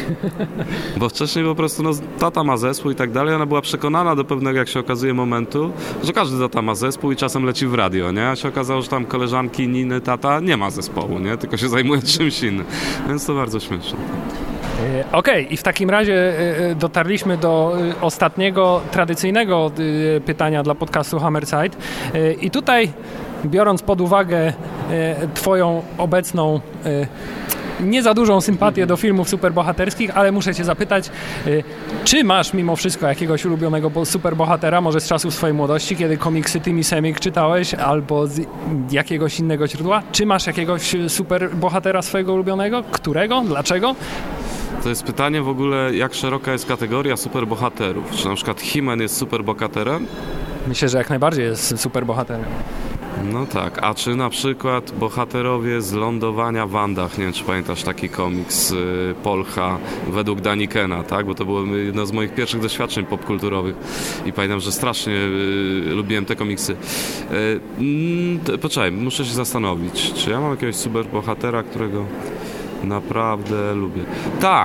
Bo wcześniej po prostu no, tata ma zespół i tak dalej. Ona była przekonana do pewnego, jak się okazuje, momentu, że każdy tata ma zespół i czasem leci w radio, nie? A się okazało, że tam koleżanki, Niny, tata nie ma zespołu, nie? Tylko się zajmuje czymś innym. Więc to bardzo śmieszne. Okej, okay. I w takim razie dotarliśmy do ostatniego, tradycyjnego pytania dla podcastu Hammerside. I tutaj, biorąc pod uwagę twoją obecną nie za dużą sympatię do filmów superbohaterskich, ale muszę cię zapytać, czy masz mimo wszystko jakiegoś ulubionego superbohatera, może z czasów swojej młodości, kiedy komiksy Timmy Semik czytałeś, albo z jakiegoś innego źródła? Czy masz jakiegoś superbohatera swojego ulubionego? Którego? Dlaczego? To jest pytanie w ogóle, jak szeroka jest kategoria superbohaterów. Czy na przykład He-Man jest superbohaterem? Myślę, że jak najbardziej jest superbohaterem. No tak, a czy na przykład bohaterowie z Lądowania w Andach, nie wiem, czy pamiętasz taki komiks y, Polcha według Danikena, tak? Bo to było jedno z moich pierwszych doświadczeń popkulturowych i pamiętam, że strasznie y, lubiłem te komiksy. Y, y, poczekaj, muszę się zastanowić, czy ja mam jakiegoś superbohatera, którego naprawdę lubię. Tak!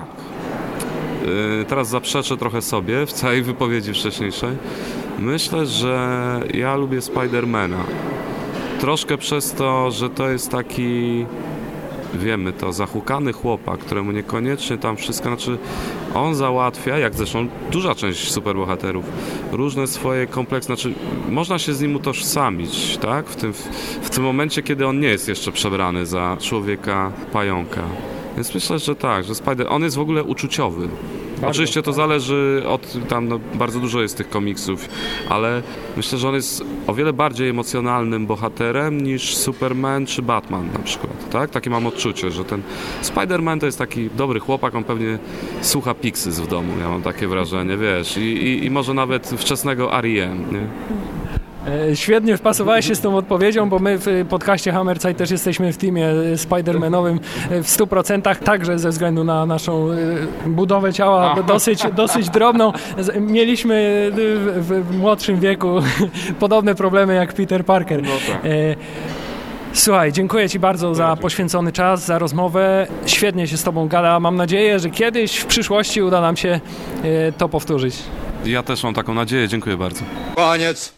Y, teraz zaprzeczę trochę sobie w całej wypowiedzi wcześniejszej. Myślę, że ja lubię Spidermana. Troszkę przez to, że to jest taki, wiemy to, zahukany chłopak, któremu niekoniecznie tam wszystko, znaczy on załatwia, jak zresztą duża część superbohaterów, różne swoje kompleksy, znaczy można się z nim utożsamić, tak? W tym, w tym momencie, kiedy on nie jest jeszcze przebrany za człowieka pająka. Więc myślę, że tak, że Spider, on jest w ogóle uczuciowy. Bardzo, Oczywiście to tak. zależy od, tam no, bardzo dużo jest tych komiksów, ale myślę, że on jest o wiele bardziej emocjonalnym bohaterem niż Superman czy Batman na przykład, tak? Takie mam odczucie, że ten Spider-Man to jest taki dobry chłopak, on pewnie słucha Pixies w domu, ja mam takie wrażenie, wiesz, i, i, i może nawet wczesnego R E M, nie? Świetnie wpasowałeś się z tą odpowiedzią, bo my w podcaście Hammerzeit też jesteśmy w teamie Spider-Manowym w stu procentach, także ze względu na naszą budowę ciała dosyć, dosyć drobną. Mieliśmy w, w młodszym wieku podobne problemy jak Peter Parker. No tak. Słuchaj, dziękuję Ci bardzo za poświęcony czas, za rozmowę. Świetnie się z Tobą gada. Mam nadzieję, że kiedyś w przyszłości uda nam się to powtórzyć. Ja też mam taką nadzieję, dziękuję bardzo. Koniec.